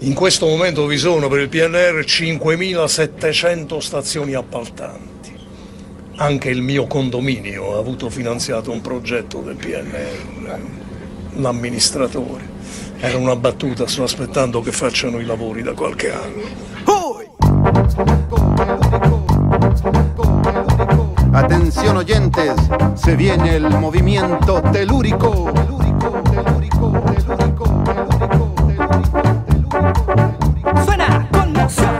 In questo momento vi sono per il PNR 5.700 stazioni appaltanti. Anche il mio condominio ha avuto finanziato un progetto del PNR. L'amministratore. Era una battuta, sto aspettando che facciano i lavori da qualche anno. Atención oyentes, se viene el movimiento telúrico. Suena conmoción.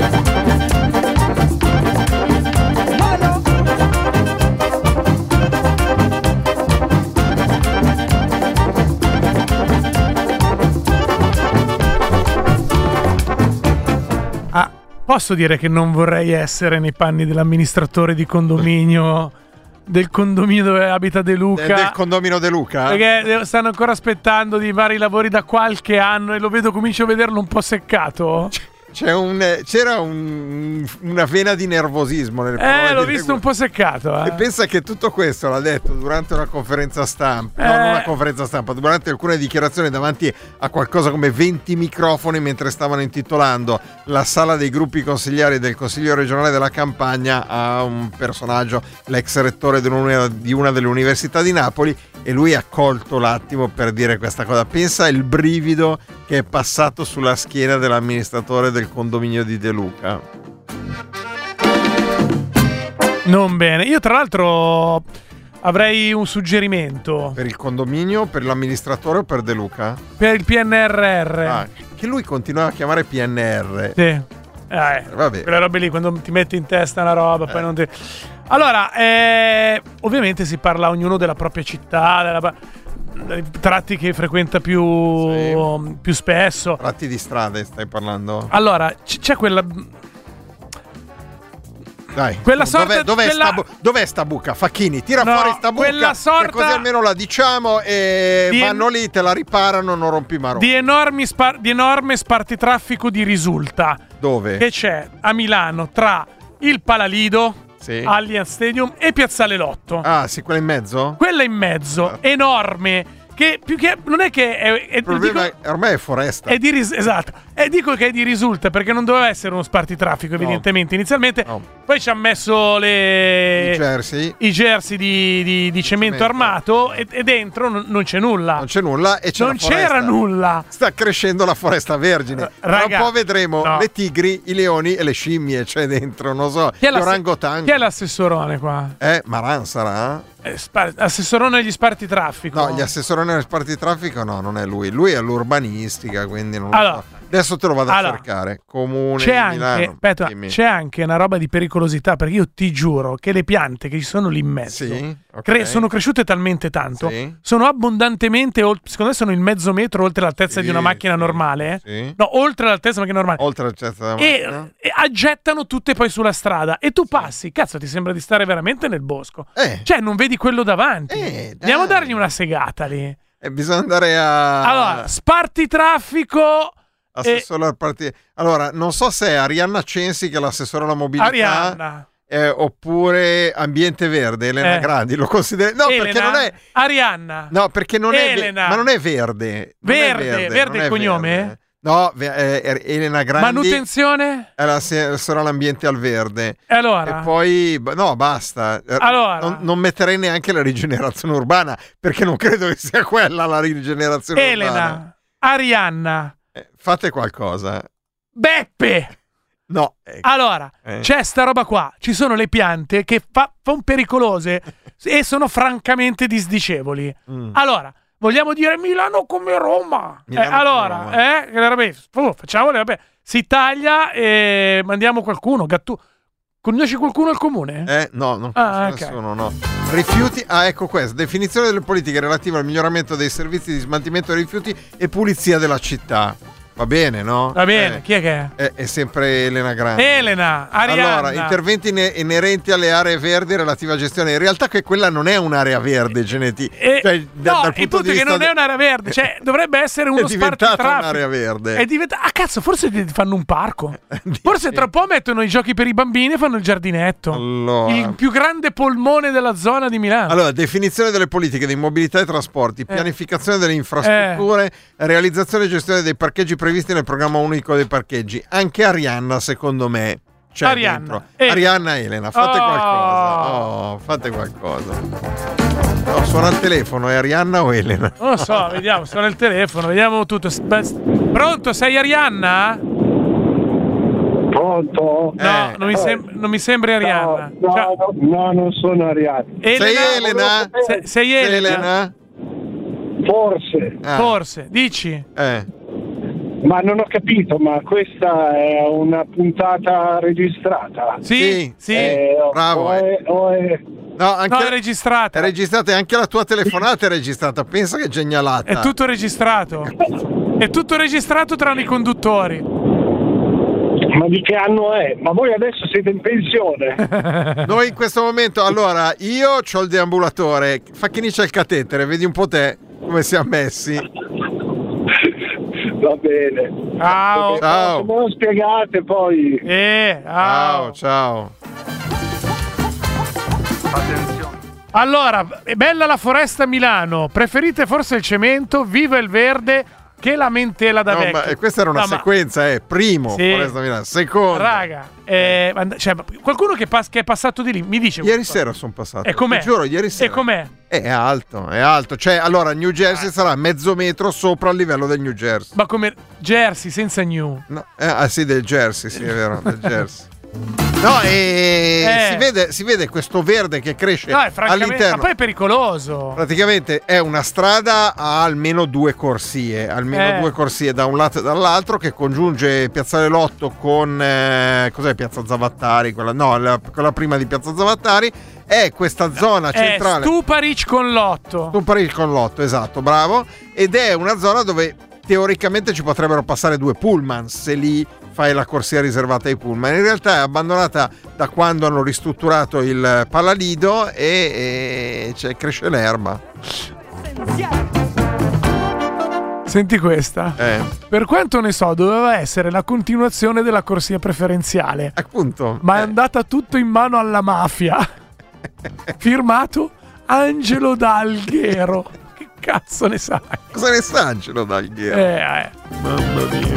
Posso dire che non vorrei essere nei panni dell'amministratore di condominio, del condominio dove abita De Luca. Del condominio De Luca? Perché stanno ancora aspettando di fare i lavori da qualche anno e lo vedo, comincio a vederlo un po' seccato. C'era una vena di nervosismo nel l'ho visto un po' seccato. E pensa che tutto questo l'ha detto durante una conferenza stampa, non una conferenza stampa, durante alcune dichiarazioni davanti a qualcosa come 20 microfoni mentre stavano intitolando la sala dei gruppi consigliari del Consiglio regionale della Campania a un personaggio, l'ex rettore di una delle università di Napoli, e lui ha colto l'attimo per dire questa cosa. Pensa il brivido che è passato sulla schiena dell'amministratore del condominio di De Luca. Non bene. Io tra l'altro avrei un suggerimento. Per il condominio, per l'amministratore o per De Luca? Per il PNRR. Che lui continuava a chiamare PNR. Sì. Vabbè. Quelle robe lì, quando ti metti in testa una roba, poi non ti... Allora, ovviamente si parla ognuno della propria città, dei tratti che frequenta più spesso. Tratti di strade stai parlando? Allora, c'è quella... Dai, quella sorta, dov'è sta buca? Facchini, tira fuori sta buca, quella sorta, che così almeno la diciamo e vanno lì, te la riparano, non rompi marò. Di enorme spartitraffico di Risulta. Dove? Che c'è a Milano tra il Palalido, sì, Allianz Stadium e Piazzale Lotto. Ah, sì, quella in mezzo? Quella in mezzo, enorme. Che più che non è che il problema ormai è foresta. Esatto. E dico che è di Risulta perché non doveva essere uno spartitraffico, evidentemente. Inizialmente, poi ci ha messo i jersey di cemento armato e dentro non c'è nulla. Non c'è nulla e c'è non c'era nulla. Sta crescendo la foresta vergine. Tra un po' vedremo le tigri, i leoni e le scimmie. C'è dentro, non so, gli orangotangi. Chi è l'assessorone qua? Maran sarà? Assessorone agli spartitraffico. No, gli assessoroni agli spartitraffico no, non è lui. Lui è all'urbanistica, quindi non lo so. Adesso te lo vado a cercare. Comune di Milano. C'è anche una roba di pericolosità, perché io ti giuro che le piante che ci sono lì in mezzo sono cresciute talmente tanto, sono abbondantemente, secondo me sono il mezzo metro oltre l'altezza di una macchina normale. No, oltre l'altezza della macchina normale. Oltre l'altezza della macchina. E aggettano tutte poi sulla strada. E tu passi, cazzo, ti sembra di stare veramente nel bosco. Cioè, non vedi quello davanti. Andiamo a dargli una segata lì. Bisogna andare a... Allora, spartitraffico... Assessore al partito. Allora, non so se è Arianna Censi che è l'assessore alla mobilità. Arianna. Oppure Ambiente Verde, Elena Grandi. Lo consideri? No, Elena? Perché non è. Arianna. No, perché non Elena. è. Ma non è Verde. Verde è il cognome? Verde. No, Elena Grandi. Manutenzione? È l'assessore all'ambiente al verde. E allora? E poi, no, basta. Allora? Non metterei neanche la rigenerazione urbana, perché non credo che sia quella la rigenerazione urbana. Elena. Arianna. Fate qualcosa. Beppe! No. Allora, c'è sta roba qua. Ci sono le piante che sono pericolose e sono francamente disdicevoli. Allora, vogliamo dire Milano come Roma. Facciamole, vabbè. Si taglia e mandiamo qualcuno. Conosci qualcuno al comune? No, non conosco nessuno, no. Rifiuti, ecco questo. Definizione delle politiche relative al miglioramento dei servizi di smaltimento dei rifiuti e pulizia della città. Va bene, no? Va bene, chi è che è? È sempre Elena Grandi. Elena, Arianna. Allora, interventi inerenti alle aree verdi relative a gestione. In realtà che quella non è un'area verde, Genetti. Cioè, dal punto di vista che non è un'area verde, cioè dovrebbe essere uno spartitraffico. È diventata un'area verde. È diventata... cazzo, forse fanno un parco. Forse tra un po' mettono i giochi per i bambini e fanno il giardinetto. Allora. Il più grande polmone della zona di Milano. Allora, definizione delle politiche di mobilità e trasporti, pianificazione delle infrastrutture, realizzazione e gestione dei parcheggi previsti nel programma unico dei parcheggi. Anche Arianna, secondo me, c'è Arianna. dentro. Arianna e Elena, fate qualcosa. Oh, fate qualcosa. No, suona il telefono, è Arianna o Elena? Non lo so, vediamo, suona il telefono, vediamo tutto. Pronto, sei Arianna? Pronto? No, non mi sembri Arianna. No, non sono Arianna. Sei Elena? Sei Elena? Forse. Forse, dici? Ma non ho capito, ma questa è una puntata registrata? Sì. Bravo. No, è registrata. È registrata e anche la tua telefonata è registrata. Pensa che genialata. È tutto registrato. È tutto registrato tranne i conduttori. Ma di che anno è? Ma voi adesso siete in pensione? Noi in questo momento, allora, io c'ho il deambulatore. Fa che inizia il catetere, vedi un po' te come siamo messi. Va bene. Ciao. Ciao. Me lo spiegate poi. Ciao. Attenzione. Allora, è bella la foresta a Milano. Preferite forse il cemento? Viva il verde che lamentela da vecchio. Ma questa era una sequenza, primo, Foresta Milano, secondo. Raga, cioè, qualcuno che è passato di lì mi dice ieri sera sono passato. E com'è? Ti giuro, ieri sera. E com'è? È alto. Cioè, allora, New Jersey sarà mezzo metro sopra il livello del New Jersey. Ma come Jersey senza New? No. Sì, del Jersey, sì, è vero, del Jersey. No, si vede questo verde che cresce all'interno. Ma poi è pericoloso. Praticamente è una strada a almeno due corsie da un lato e dall'altro, che congiunge Piazzale Lotto con cos'è Piazza Zavattari? Quella prima di Piazza Zavattari. È questa zona centrale. Stuparic con Lotto, esatto, bravo. Ed è una zona dove teoricamente ci potrebbero passare due pullman se lì fai la corsia riservata ai pullman. In realtà è abbandonata da quando hanno ristrutturato il Palalido e cresce l'erba. Senti questa. Per quanto ne so, doveva essere la continuazione della corsia preferenziale. Appunto. Ma è andata tutto in mano alla mafia. Firmato Angelo D'Alghero. Che cazzo ne sai? Cosa ne sa Angelo D'Alghero? Mamma mia.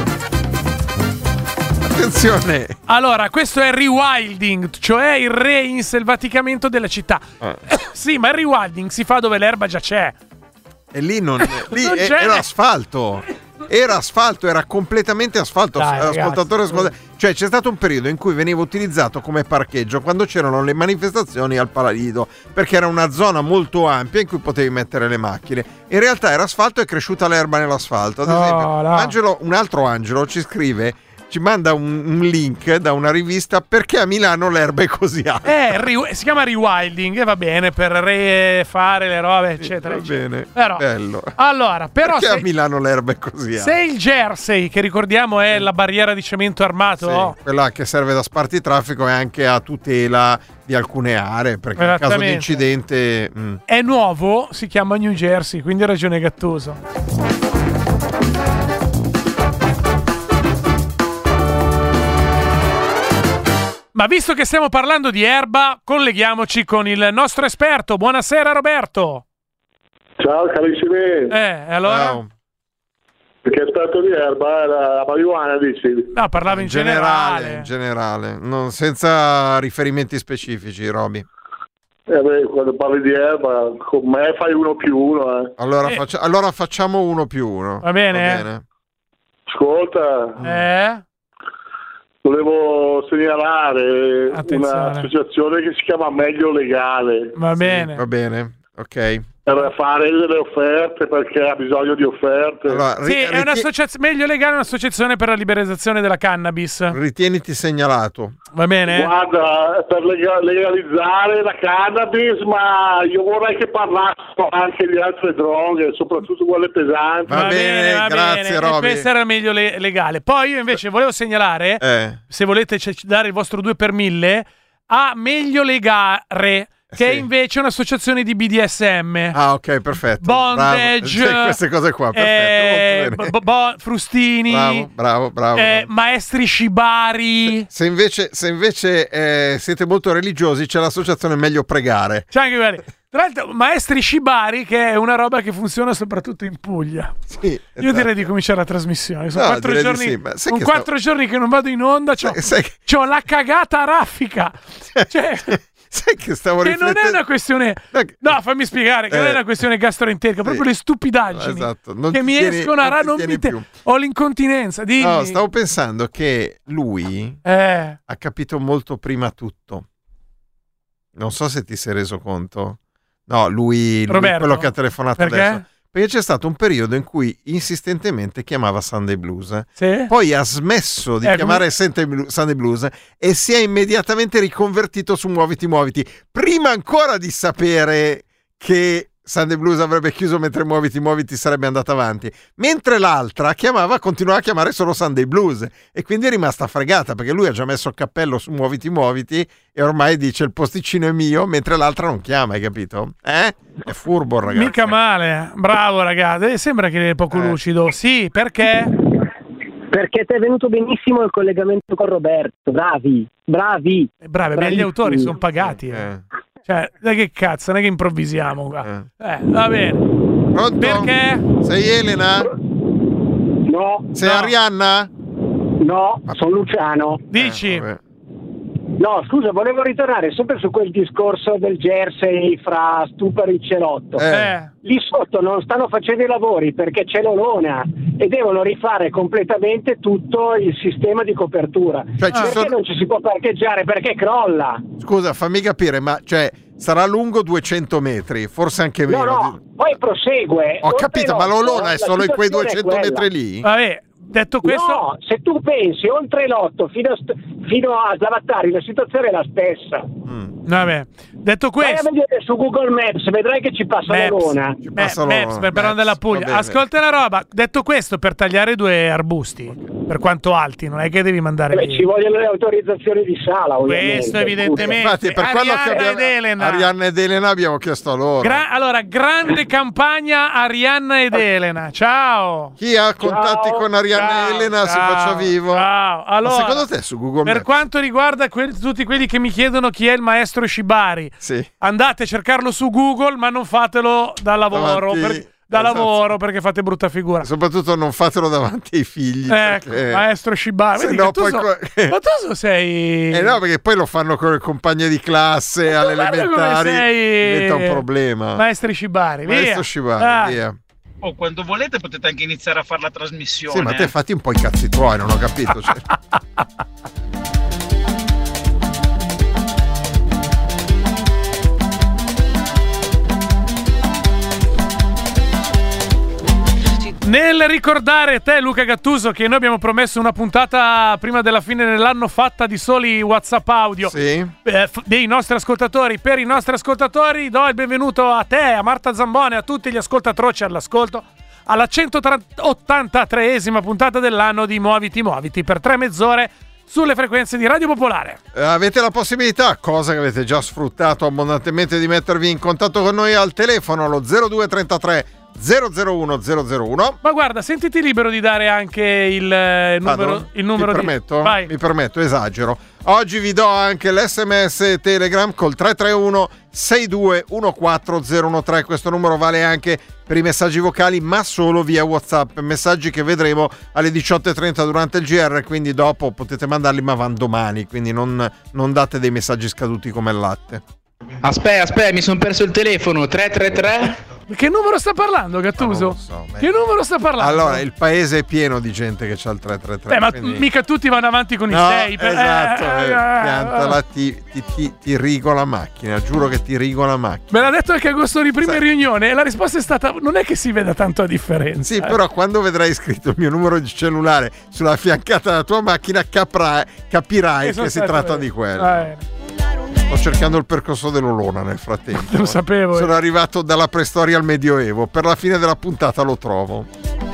Attenzione. Allora, questo è rewilding, cioè il reinselvaticamento della città. Sì, ma il rewilding si fa dove l'erba già c'è. E lì era asfalto. Era completamente asfalto. Cioè, c'è stato un periodo in cui veniva utilizzato come parcheggio quando c'erano le manifestazioni al Palalido, perché era una zona molto ampia in cui potevi mettere le macchine. In realtà era asfalto e è cresciuta l'erba nell'asfalto. Ad esempio, un altro Angelo ci scrive, ci manda un link da una rivista perché a Milano l'erba è così alta. Si chiama rewilding e va bene per fare le robe eccetera. Va bene, però, bello. Allora, però perché a Milano l'erba è così alta? Se il Jersey, che ricordiamo è la barriera di cemento armato, quella che serve da spartitraffico e anche a tutela di alcune aree, perché in caso di incidente è nuovo, si chiama New Jersey, quindi ha ragione Gattuso. Ma visto che stiamo parlando di erba, colleghiamoci con il nostro esperto. Buonasera Roberto. Ciao carissimi. Allora? Ciao. Perché esperto di erba era la marijuana, dici? No, parlavo in generale. In generale, senza riferimenti specifici, Roby. Quando parli di erba, con me fai 1+1. Allora facciamo 1+1. Va bene? Ascolta. Volevo segnalare un'associazione che si chiama Meglio Legale. Va bene. Va bene, ok. Per fare delle offerte, perché ha bisogno di offerte. Allora, è un'associazione, Meglio Legale è un'associazione per la liberalizzazione della cannabis. Ritieniti segnalato. Va bene? Guarda, per legalizzare la cannabis, ma io vorrei che parlassero anche di altre droghe, soprattutto quelle pesanti. Va bene, grazie Roby. Questo era Meglio Legale. Poi io invece volevo segnalare, se volete dare il vostro 2 per 1000, a Meglio Legare, che è invece un'associazione di BDSM. Ah, ok, perfetto. Bondage, queste cose qua, perfetto. Molto bene. Frustini, bravo. maestri shibari. Se invece siete molto religiosi, c'è l'associazione Meglio Pregare. C'è anche quelli. Tra l'altro, maestri shibari, che è una roba che funziona soprattutto in Puglia. Sì, esatto. Io direi di cominciare la trasmissione. Sono 4 giorni, sì, 4 giorni che non vado in onda. C'ho la cagata raffica. Cioè, sai che stavo che riflettendo? non è una questione. No, fammi spiegare. Che non è una questione gastroenterica, proprio le stupidaggini che mi escono a ho l'incontinenza. Dimmi. No, stavo pensando che lui ha capito molto prima tutto. Non so se ti sei reso conto. No, lui quello che ha telefonato adesso. Perché c'è stato un periodo in cui insistentemente chiamava Sunday Blues. Sì? Poi ha smesso di chiamare Sunday Blues e si è immediatamente riconvertito su Muoviti. Prima ancora di sapere che Sunday Blues avrebbe chiuso mentre Muoviti sarebbe andata avanti. Mentre l'altra continuava a chiamare solo Sunday Blues e quindi è rimasta fregata perché lui ha già messo il cappello su Muoviti e ormai dice il posticino è mio mentre l'altra non chiama, hai capito? È furbo il ragazzo. Mica male, bravo ragazzi, sembra che è poco lucido. Sì, perché? Perché ti è venuto benissimo il collegamento con Roberto, bravi. Gli autori sono pagati. Cioè, che cazzo, non è che improvvisiamo qua. Va bene. Pronto? Perché? Sei Elena? No. Sei Arianna? No, sono Luciano. Dici? No, scusa, volevo ritornare sempre su quel discorso del Jersey fra Stupari e Celotto. Lì sotto non stanno facendo i lavori perché c'è l'olona e devono rifare completamente tutto il sistema di copertura. Cioè, perché non ci si può parcheggiare? Perché crolla. Scusa, fammi capire, ma sarà lungo 200 metri, forse anche meno. No, poi prosegue. Ho capito, ma l'olona è solo in quei 200 metri lì? Vabbè. Detto questo, no, se tu pensi oltre l'otto fino a Slavattari la situazione è la stessa. Vabbè, detto questo, vai a vedere su Google Maps, vedrai che ci passa l'olona. Maps per andare alla Puglia. Ascolta la roba. Detto questo, per tagliare 2 arbusti, per quanto alti, non è che devi mandare ci vogliono le autorizzazioni di sala, ovviamente. Questo evidentemente. Infatti, per quello che Arianna ed Elena abbiamo chiesto a loro. Allora, grande campagna Arianna ed Elena. Ciao. Chi ha contatti con Arianna e Elena si faccia vivo. Ciao. Allora, ma secondo te su Google Maps? Per quanto riguarda tutti quelli che mi chiedono chi è il maestro Shibari, andate a cercarlo su Google, ma non fatelo da lavoro. Lavoro perché fate brutta figura. Soprattutto non fatelo davanti ai figli. Maestro Shibari. Ma tu sei. No, perché poi lo fanno con le compagne di classe alle elementari. Diventa un problema. Maestri Shibari. Maestro Shibari, via. Quando volete potete anche iniziare a fare la trasmissione. Sì, ma te fatti un po' i cazzi tuoi, non ho capito. Nel ricordare te, Luca Gattuso, che noi abbiamo promesso una puntata prima della fine dell'anno fatta di soli WhatsApp audio dei nostri ascoltatori, per i nostri ascoltatori do il benvenuto a te, a Marta Zambone, a tutti gli ascoltatroci all'ascolto alla 183esima puntata dell'anno di Muoviti per 3 mezz'ore sulle frequenze di Radio Popolare. Avete la possibilità, cosa che avete già sfruttato abbondantemente, di mettervi in contatto con noi al telefono allo 0233 001 001. Ma guarda, sentiti libero di dare anche il numero. Mi permetto, esagero. Oggi vi do anche l'SMS Telegram col 331 6214013. Questo numero vale anche per i messaggi vocali, ma solo via WhatsApp. Messaggi che vedremo alle 18:30 durante il GR, quindi dopo potete mandarli, ma vanno domani, quindi non date dei messaggi scaduti come il latte. Aspetta, mi sono perso il telefono. 333. Che numero sta parlando, Gattuso? Non lo so, che numero sta parlando? Allora, il paese è pieno di gente che c'ha il 333. Ma quindi... mica tutti vanno avanti con i 6. Esatto, piantala, ti rigo la macchina, giuro che ti rigo la macchina. Me l'ha detto anche Agosto di prima riunione e la risposta è stata: non è che si veda tanto a differenza. Sì, però quando vedrai scritto il mio numero di cellulare sulla fiancata della tua macchina capirai che si tratta di quello. Sto cercando il percorso dell'olona nel frattempo. Lo sapevo. Sono arrivato dalla preistoria al Medioevo. Per la fine della puntata lo trovo.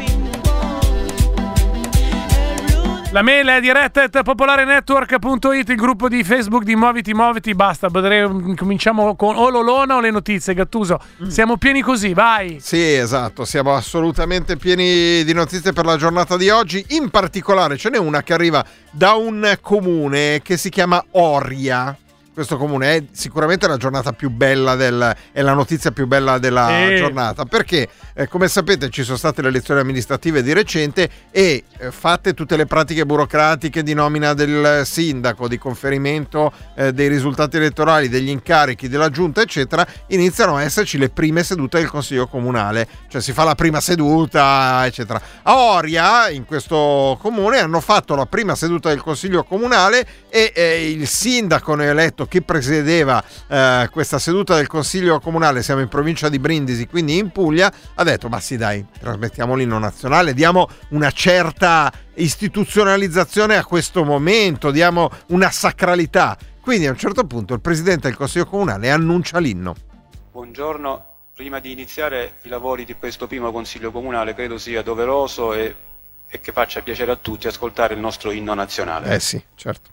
La mail è diretta@popolarenetwork.it, il gruppo di Facebook di Muoviti. Basta, cominciamo con o l'olona o le notizie, Gattuso. Siamo pieni così, vai. Sì, esatto, siamo assolutamente pieni di notizie per la giornata di oggi. In particolare ce n'è una che arriva da un comune che si chiama Oria. questo comune. È sicuramente la giornata più bella è la notizia più bella della giornata, perché come sapete ci sono state le elezioni amministrative di recente e fatte tutte le pratiche burocratiche di nomina del sindaco, di conferimento dei risultati elettorali, degli incarichi della giunta eccetera, iniziano a esserci le prime sedute del consiglio comunale, cioè si fa la prima seduta eccetera. A Oria, in questo comune, hanno fatto la prima seduta del consiglio comunale e il sindaco eletto che presiedeva questa seduta del consiglio comunale, siamo in provincia di Brindisi, quindi in Puglia, ha detto ma sì dai, trasmettiamo l'inno nazionale, diamo una certa istituzionalizzazione a questo momento, diamo una sacralità. Quindi a un certo punto il presidente del consiglio comunale annuncia l'inno. Buongiorno, prima di iniziare i lavori di questo primo consiglio comunale credo sia doveroso e che faccia piacere a tutti ascoltare il nostro inno nazionale. Sì, certo.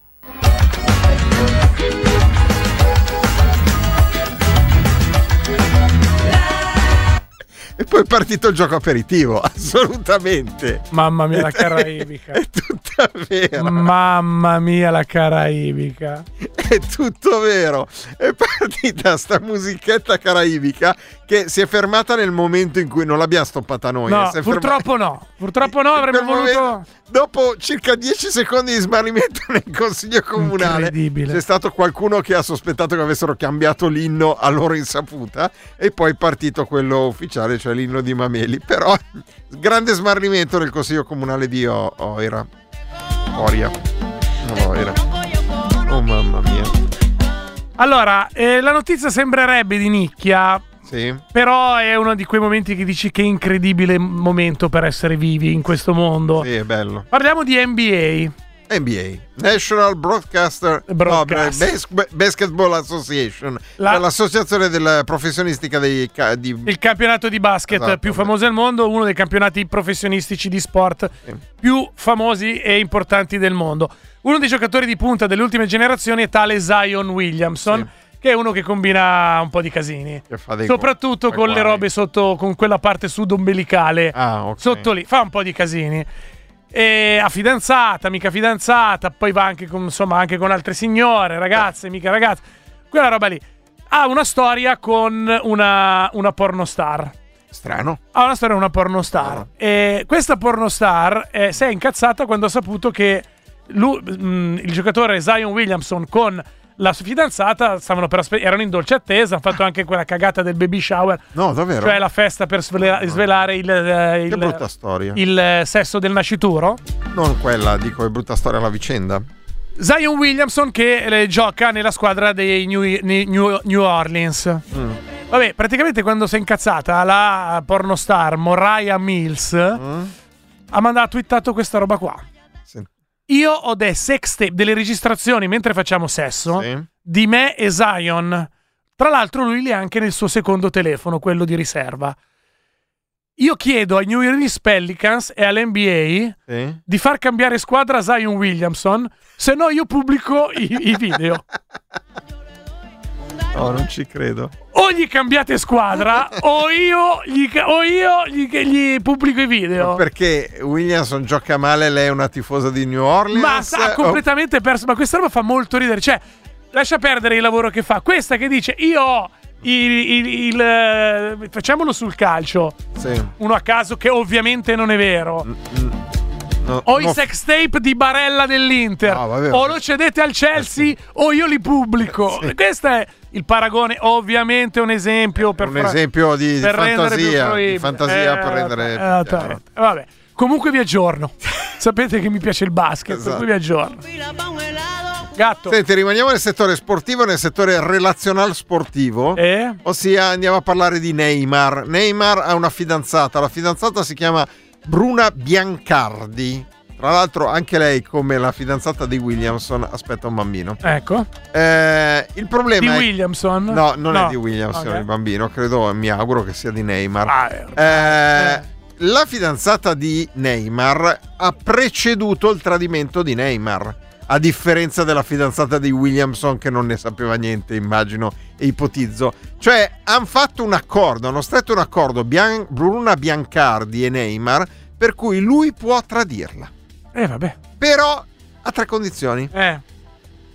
E poi è partito il gioco aperitivo, assolutamente. Mamma mia la caraibica. È tutta vera. Mamma mia la caraibica. È tutto vero. È partita sta musichetta caraibica che si è fermata nel momento in cui non l'abbiamo stoppata noi. No, purtroppo no. Purtroppo no, avremmo voluto... Dopo circa 10 secondi di smarrimento nel consiglio comunale c'è stato qualcuno che ha sospettato che avessero cambiato l'inno a loro insaputa e poi è partito quello ufficiale, cioè l'inno di Mameli. Però grande smarrimento nel consiglio comunale di Oria. Oh mamma mia. Allora, la notizia sembrerebbe di nicchia. Sì. Però è uno di quei momenti che dici che incredibile momento per essere vivi in questo mondo. Sì, è bello. Parliamo di NBA, National Broadcaster Basketball Association, l'associazione professionistica il campionato di basket più famoso al mondo, uno dei campionati professionistici di sport più famosi e importanti del mondo. Uno dei giocatori di punta delle ultime generazioni è tale Zion Williamson, che è uno che combina un po' di casini, soprattutto con le robe sotto, con quella parte sud-ombelicale, sotto lì, fa un po' di casini. E ha fidanzata, mica fidanzata, poi va anche con, insomma, anche con altre signore, ragazze, mica ragazze, quella roba lì. Ha una storia con una pornostar. Strano. Ha una storia con una pornostar. E questa pornostar si è incazzata quando ha saputo che il giocatore Zion Williamson con la sua fidanzata erano in dolce attesa, hanno fatto anche quella cagata del baby shower. No, davvero? Cioè la festa per svelare che brutta storia. Il sesso del nascituro. Non quella, dico, è brutta storia la vicenda. Zion Williamson che gioca nella squadra dei New Orleans. Vabbè, praticamente quando si è incazzata la pornostar Moriah Mills ha twittato questa roba qua. Io ho dei sex tape, delle registrazioni mentre facciamo sesso di me e Zion. Tra l'altro lui li ha anche nel suo secondo telefono, quello di riserva. Io chiedo ai New Orleans Pelicans e all'NBA di far cambiare squadra a Zion Williamson, se no io pubblico i video. No, non ci credo. O gli cambiate squadra o io gli pubblico i video. Ma perché Williamson gioca male, lei è una tifosa di New Orleans? Ma sta completamente perso. Ma questa roba fa molto ridere. Cioè, lascia perdere il lavoro che fa. Questa che dice io ho facciamolo sul calcio. Uno a caso che ovviamente non è vero. O i sex tape di Barella dell'Inter, o lo cedete al Chelsea o io li pubblico. Questo è il paragone, ovviamente un esempio per esempio di fantasia, per rendere vabbè. Comunque vi aggiorno. Sapete che mi piace il basket, per cui vi aggiorno. Gatto. Senti, rimaniamo nel settore sportivo, nel settore relazional sportivo. Ossia andiamo a parlare di Neymar. Neymar ha una fidanzata, la fidanzata si chiama Bruna Biancardi. Tra l'altro anche lei, come la fidanzata di Williamson, aspetta un bambino. Ecco. Il problema di Williamson? No, non è di Williamson il bambino, credo, mi auguro che sia di Neymar. La fidanzata di Neymar ha preceduto il tradimento di Neymar, a differenza della fidanzata di Williamson che non ne sapeva niente, immagino e ipotizzo. Cioè hanno fatto un accordo, hanno stretto un accordo Bruna Biancardi e Neymar, per cui lui può tradirla. Vabbè. Però a 3 condizioni.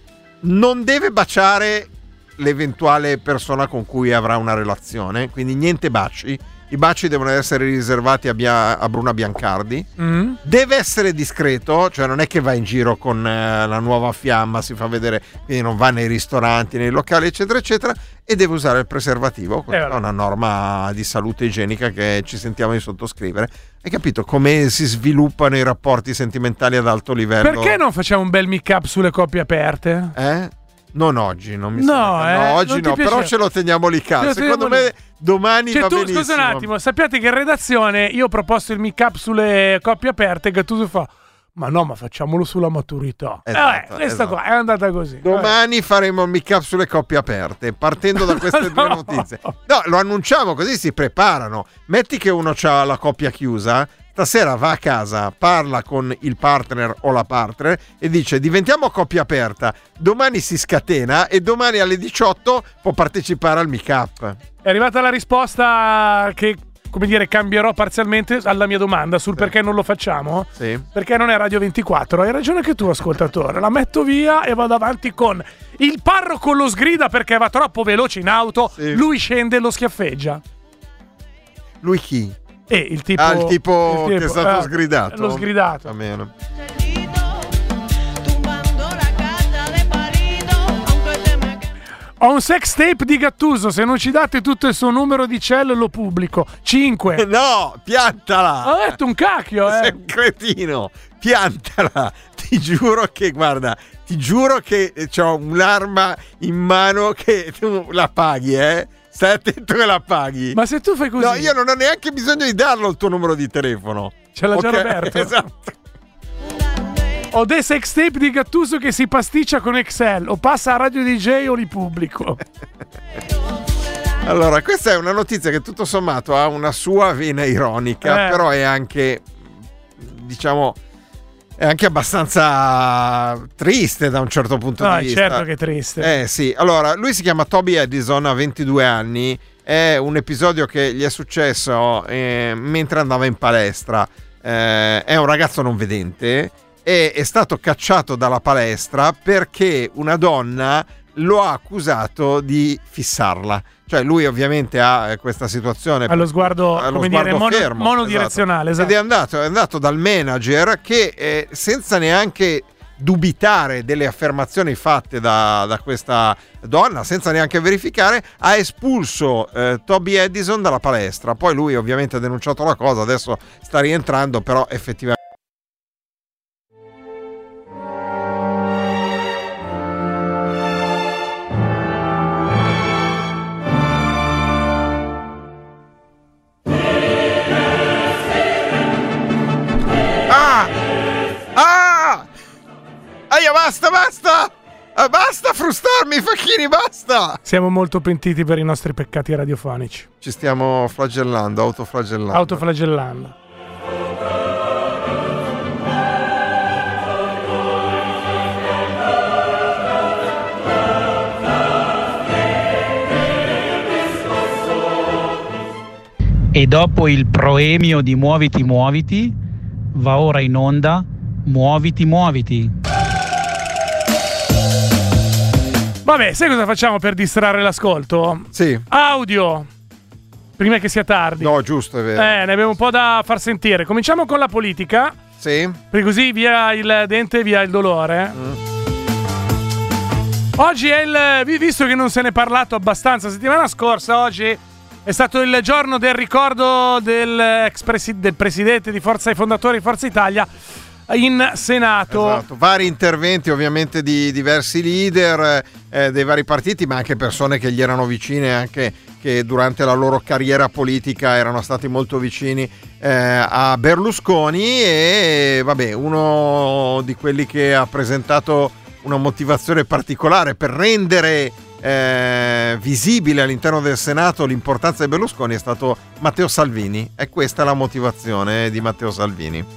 non deve baciare l'eventuale persona con cui avrà una relazione, quindi niente baci. I baci devono essere riservati a Bruna Biancardi. Deve essere discreto, cioè non è che va in giro con la nuova fiamma, si fa vedere, quindi non va nei ristoranti, nei locali, eccetera, eccetera, e deve usare il preservativo. Questa è una norma di salute igienica che ci sentiamo di sottoscrivere. Hai capito come si sviluppano i rapporti sentimentali ad alto livello? Perché non facciamo un bel make-up sulle coppie aperte? Non oggi, non mi sembra. No, oggi no, però ce lo teniamo lì caldo. Secondo me domani va benissimo. Scusa un attimo, sappiate che in redazione io ho proposto il make-up sulle coppie aperte, Gattuso fa: ma no, ma facciamolo sulla maturità. Questa qua è andata così. Domani faremo il make-up sulle coppie aperte, partendo da queste due notizie. No, lo annunciamo così si preparano. Metti che uno ha la coppia chiusa, stasera va a casa, parla con il partner o la partner e dice: diventiamo coppia aperta. Domani si scatena e domani alle 18 può partecipare al make-up. È arrivata la risposta che, come dire, cambierò parzialmente alla mia domanda sul perché non lo facciamo. Sì. Perché non è Radio 24. Hai ragione che tu, ascoltatore. La metto via e vado avanti con il parroco lo sgrida perché va troppo veloce in auto. Sì. Lui scende e lo schiaffeggia. Lui chi? Il tipo, il tipo che è stato sgridato. Lo sgridato. Va bene. Ho un sex tape di Gattuso, se non ci date tutto il suo numero di cell lo pubblico. 5. No, piantala. Ho detto un cacchio, Sei un cretino. Piantala. Ti giuro che c'ho un'arma in mano che tu la paghi, Stai attento che la paghi. Ma se tu fai così... No, io non ho neanche bisogno di darlo il tuo numero di telefono. Ce l'ha già Roberto. Esatto. Ho dei sex tape di Gattuso che si pasticcia con Excel. O passa a Radio DJ o li pubblico. Allora, questa è una notizia che tutto sommato ha una sua vena ironica, però è anche, diciamo... è anche abbastanza triste da un certo punto di vista. Certo che è triste. Sì, allora, lui si chiama Toby Edison, ha 22 anni, è un episodio che gli è successo mentre andava in palestra. È un ragazzo non vedente e è stato cacciato dalla palestra perché una donna lo ha accusato di fissarla. Cioè lui ovviamente ha questa situazione allo sguardo fermo, monodirezionale, esatto. Ed è andato dal manager che senza neanche dubitare delle affermazioni fatte da questa donna, senza neanche verificare, ha espulso Toby Edison dalla palestra. Poi lui ovviamente ha denunciato la cosa, adesso sta rientrando, però effettivamente basta frustarmi, Facchini, basta! Siamo molto pentiti per i nostri peccati radiofonici. Ci stiamo autoflagellando. E dopo il proemio di Muoviti, va ora in onda Muoviti. Vabbè, sai cosa facciamo per distrarre l'ascolto? Sì. Audio. Prima che sia tardi. No, giusto, è vero. Ne abbiamo un po' da far sentire. Cominciamo con la politica. Sì. Per così via il dente, via il dolore. Oggi è visto che non se ne è parlato abbastanza settimana scorsa, oggi è stato il giorno del ricordo del presidente di Forza, fondatore di Forza Italia in Senato. Esatto. Vari interventi ovviamente di diversi leader dei vari partiti, ma anche persone che gli erano vicine, anche che durante la loro carriera politica erano stati molto vicini a Berlusconi. E vabbè, uno di quelli che ha presentato una motivazione particolare per rendere visibile all'interno del Senato l'importanza di Berlusconi è stato Matteo Salvini. E questa è la motivazione di Matteo Salvini.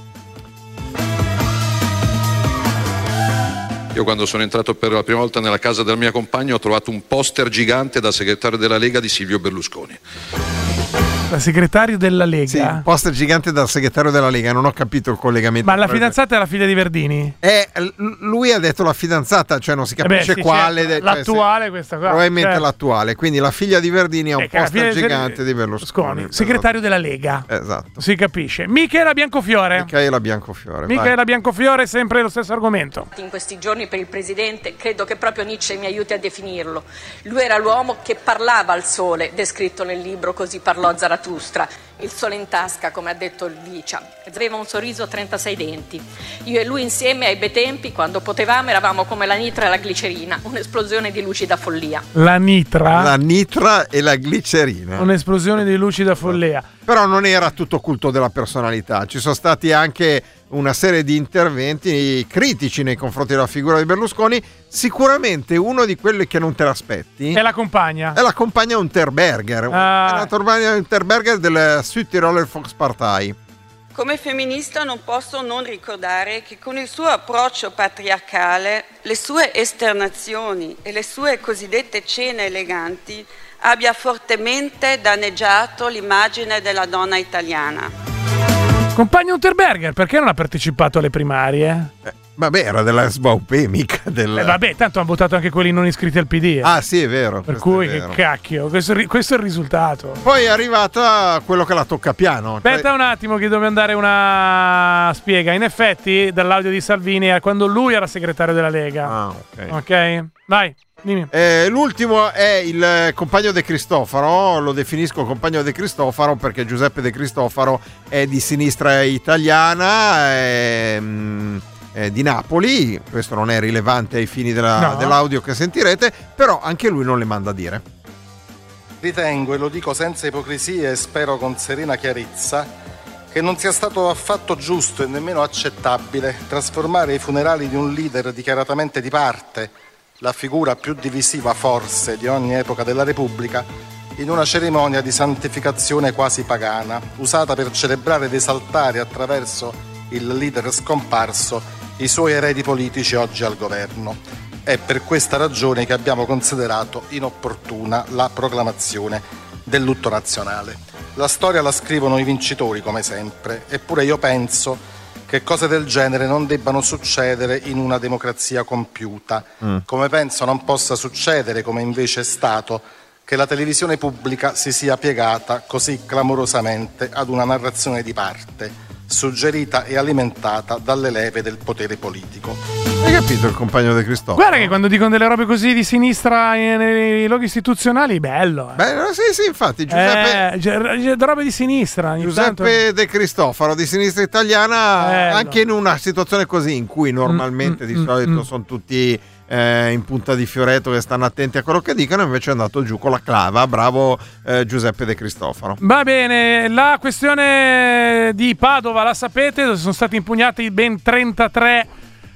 Io quando sono entrato per la prima volta nella casa della mia compagna ho trovato un poster gigante da segretario della Lega di Silvio Berlusconi. Da segretario della Lega? Sì, un poster gigante dal segretario della Lega, non ho capito il collegamento. Ma la fidanzata è la figlia di Verdini? Lui ha detto la fidanzata, cioè non si capisce quale. Certo. L'attuale, questa qua. Probabilmente certo. l'attuale, quindi la figlia di Verdini ha un poster gigante di Berlusconi. Segretario della Lega. Esatto. Si capisce. Michela Biancofiore. Michela Biancofiore, sempre lo stesso argomento. In questi giorni per il Presidente credo che proprio Nietzsche mi aiuti a definirlo. Lui era l'uomo che parlava al sole, descritto nel libro Così parlò Zarathustra. Il sole in tasca, come ha detto il Licia. Aveva un sorriso a 36 denti. Io e lui insieme ai bei tempi, quando potevamo, eravamo come la nitra e la glicerina, un'esplosione di lucida follia. La nitra e la glicerina. Un'esplosione di lucida follia. Però non era tutto culto della personalità, ci sono stati anche una serie di interventi critici nei confronti della figura di Berlusconi. Sicuramente uno di quelli che non te l'aspetti è la compagna Unterberger, la compagna Unterberger del Südtiroler Volkspartei. Come femminista non posso non ricordare che con il suo approccio patriarcale, le sue esternazioni e le sue cosiddette cene eleganti abbia fortemente danneggiato l'immagine della donna italiana. Compagno Unterberger, perché non ha partecipato alle primarie? Vabbè, era della SVP, mica del... vabbè, tanto hanno votato anche quelli non iscritti al PD. Ah sì, è vero. Per cui, che cacchio, questo è il risultato. Poi è arrivata quello che la tocca piano. Aspetta un attimo che dobbiamo dare una spiega. In effetti, dall'audio di Salvini è quando lui era segretario della Lega. Ah, ok. Vai, dimmi. L'ultimo è il compagno De Cristofaro. Lo definisco compagno De Cristofaro perché Giuseppe De Cristofaro è di sinistra italiana, di Napoli. Questo non è rilevante ai fini dell'audio che sentirete, però anche lui non le manda a dire. Ritengo, e lo dico senza ipocrisia e spero con serena chiarezza, che non sia stato affatto giusto e nemmeno accettabile trasformare i funerali di un leader dichiaratamente di parte, la figura più divisiva forse di ogni epoca della Repubblica, in una cerimonia di santificazione quasi pagana, usata per celebrare ed esaltare attraverso il leader scomparso i suoi eredi politici oggi al governo. È per questa ragione che abbiamo considerato inopportuna la proclamazione del lutto nazionale. La storia la scrivono i vincitori, come sempre, eppure io penso che cose del genere non debbano succedere in una democrazia compiuta, come penso non possa succedere, come invece è stato, che la televisione pubblica si sia piegata così clamorosamente ad una narrazione di parte, suggerita e alimentata dalle leve del potere politico. Hai capito il compagno De Cristofaro? Guarda che quando dicono delle robe così di sinistra nei luoghi istituzionali, bello. Sì, infatti Giuseppe robe di sinistra. Giuseppe De Cristofaro di sinistra italiana, anche in una situazione così in cui normalmente di solito sono tutti in punta di fioretto che stanno attenti a quello che dicono, invece è andato giù con la clava. Bravo Giuseppe De Cristofaro. Va bene, la questione di Padova la sapete, dove sono stati impugnati ben 33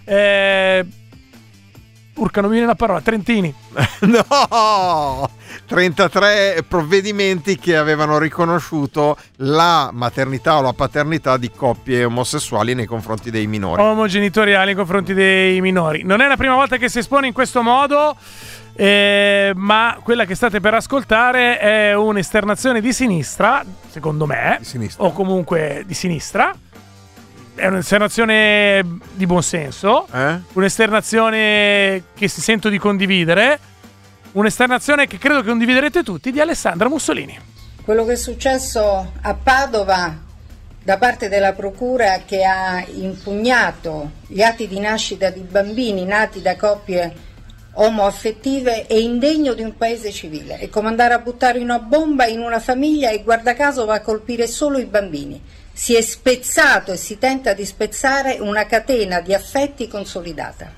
urca, non mi viene la parola, trentini. No! 33 provvedimenti che avevano riconosciuto la maternità o la paternità di coppie omosessuali nei confronti dei minori. Omogenitoriali nei confronti dei minori. Non è la prima volta che si espone in questo modo, ma quella che state per ascoltare è un'esternazione di sinistra, secondo me, o comunque di sinistra. È un'esternazione di buonsenso, un'esternazione che si sento di condividere, un'esternazione che credo che condividerete tutti, di Alessandra Mussolini. Quello che è successo a Padova da parte della procura, che ha impugnato gli atti di nascita di bambini nati da coppie omoaffettive, è indegno di un paese civile. È come andare a buttare una bomba in una famiglia e guarda caso va a colpire solo i bambini. Si è spezzato e si tenta di spezzare una catena di affetti consolidata.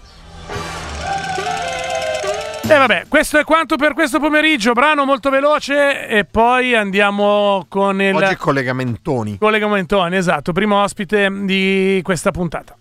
E vabbè, questo è quanto per questo pomeriggio. Brano molto veloce e poi andiamo con il... Oggi collegamentoni. Collegamentoni, esatto, primo ospite di questa puntata.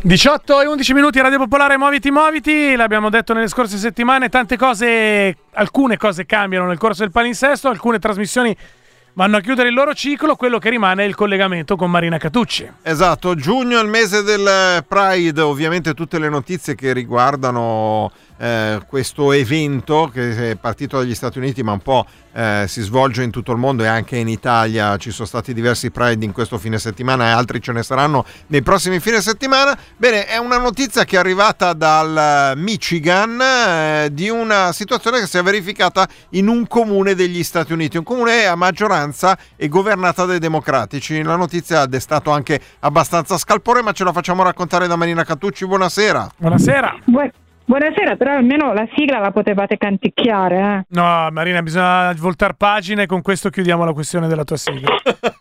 18 e 11 minuti, Radio Popolare, muoviti, l'abbiamo detto nelle scorse settimane, tante cose, alcune cose cambiano nel corso del palinsesto, alcune trasmissioni vanno a chiudere il loro ciclo, quello che rimane è il collegamento con Marina Catucci. Esatto, giugno è il mese del Pride, ovviamente tutte le notizie che riguardano questo evento che è partito dagli Stati Uniti ma un po' si svolge in tutto il mondo e anche in Italia. Ci sono stati diversi Pride in questo fine settimana e altri ce ne saranno nei prossimi fine settimana. Bene, è una notizia che è arrivata dal Michigan di una situazione che si è verificata in un comune degli Stati Uniti, un comune a maggioranza e governata dai democratici. La notizia ha destato anche abbastanza scalpore, ma ce la facciamo raccontare da Marina Catucci. Buonasera. Buonasera. Buonasera, però almeno la sigla la potevate canticchiare. No, Marina, bisogna voltare pagina e con questo chiudiamo la questione della tua sigla.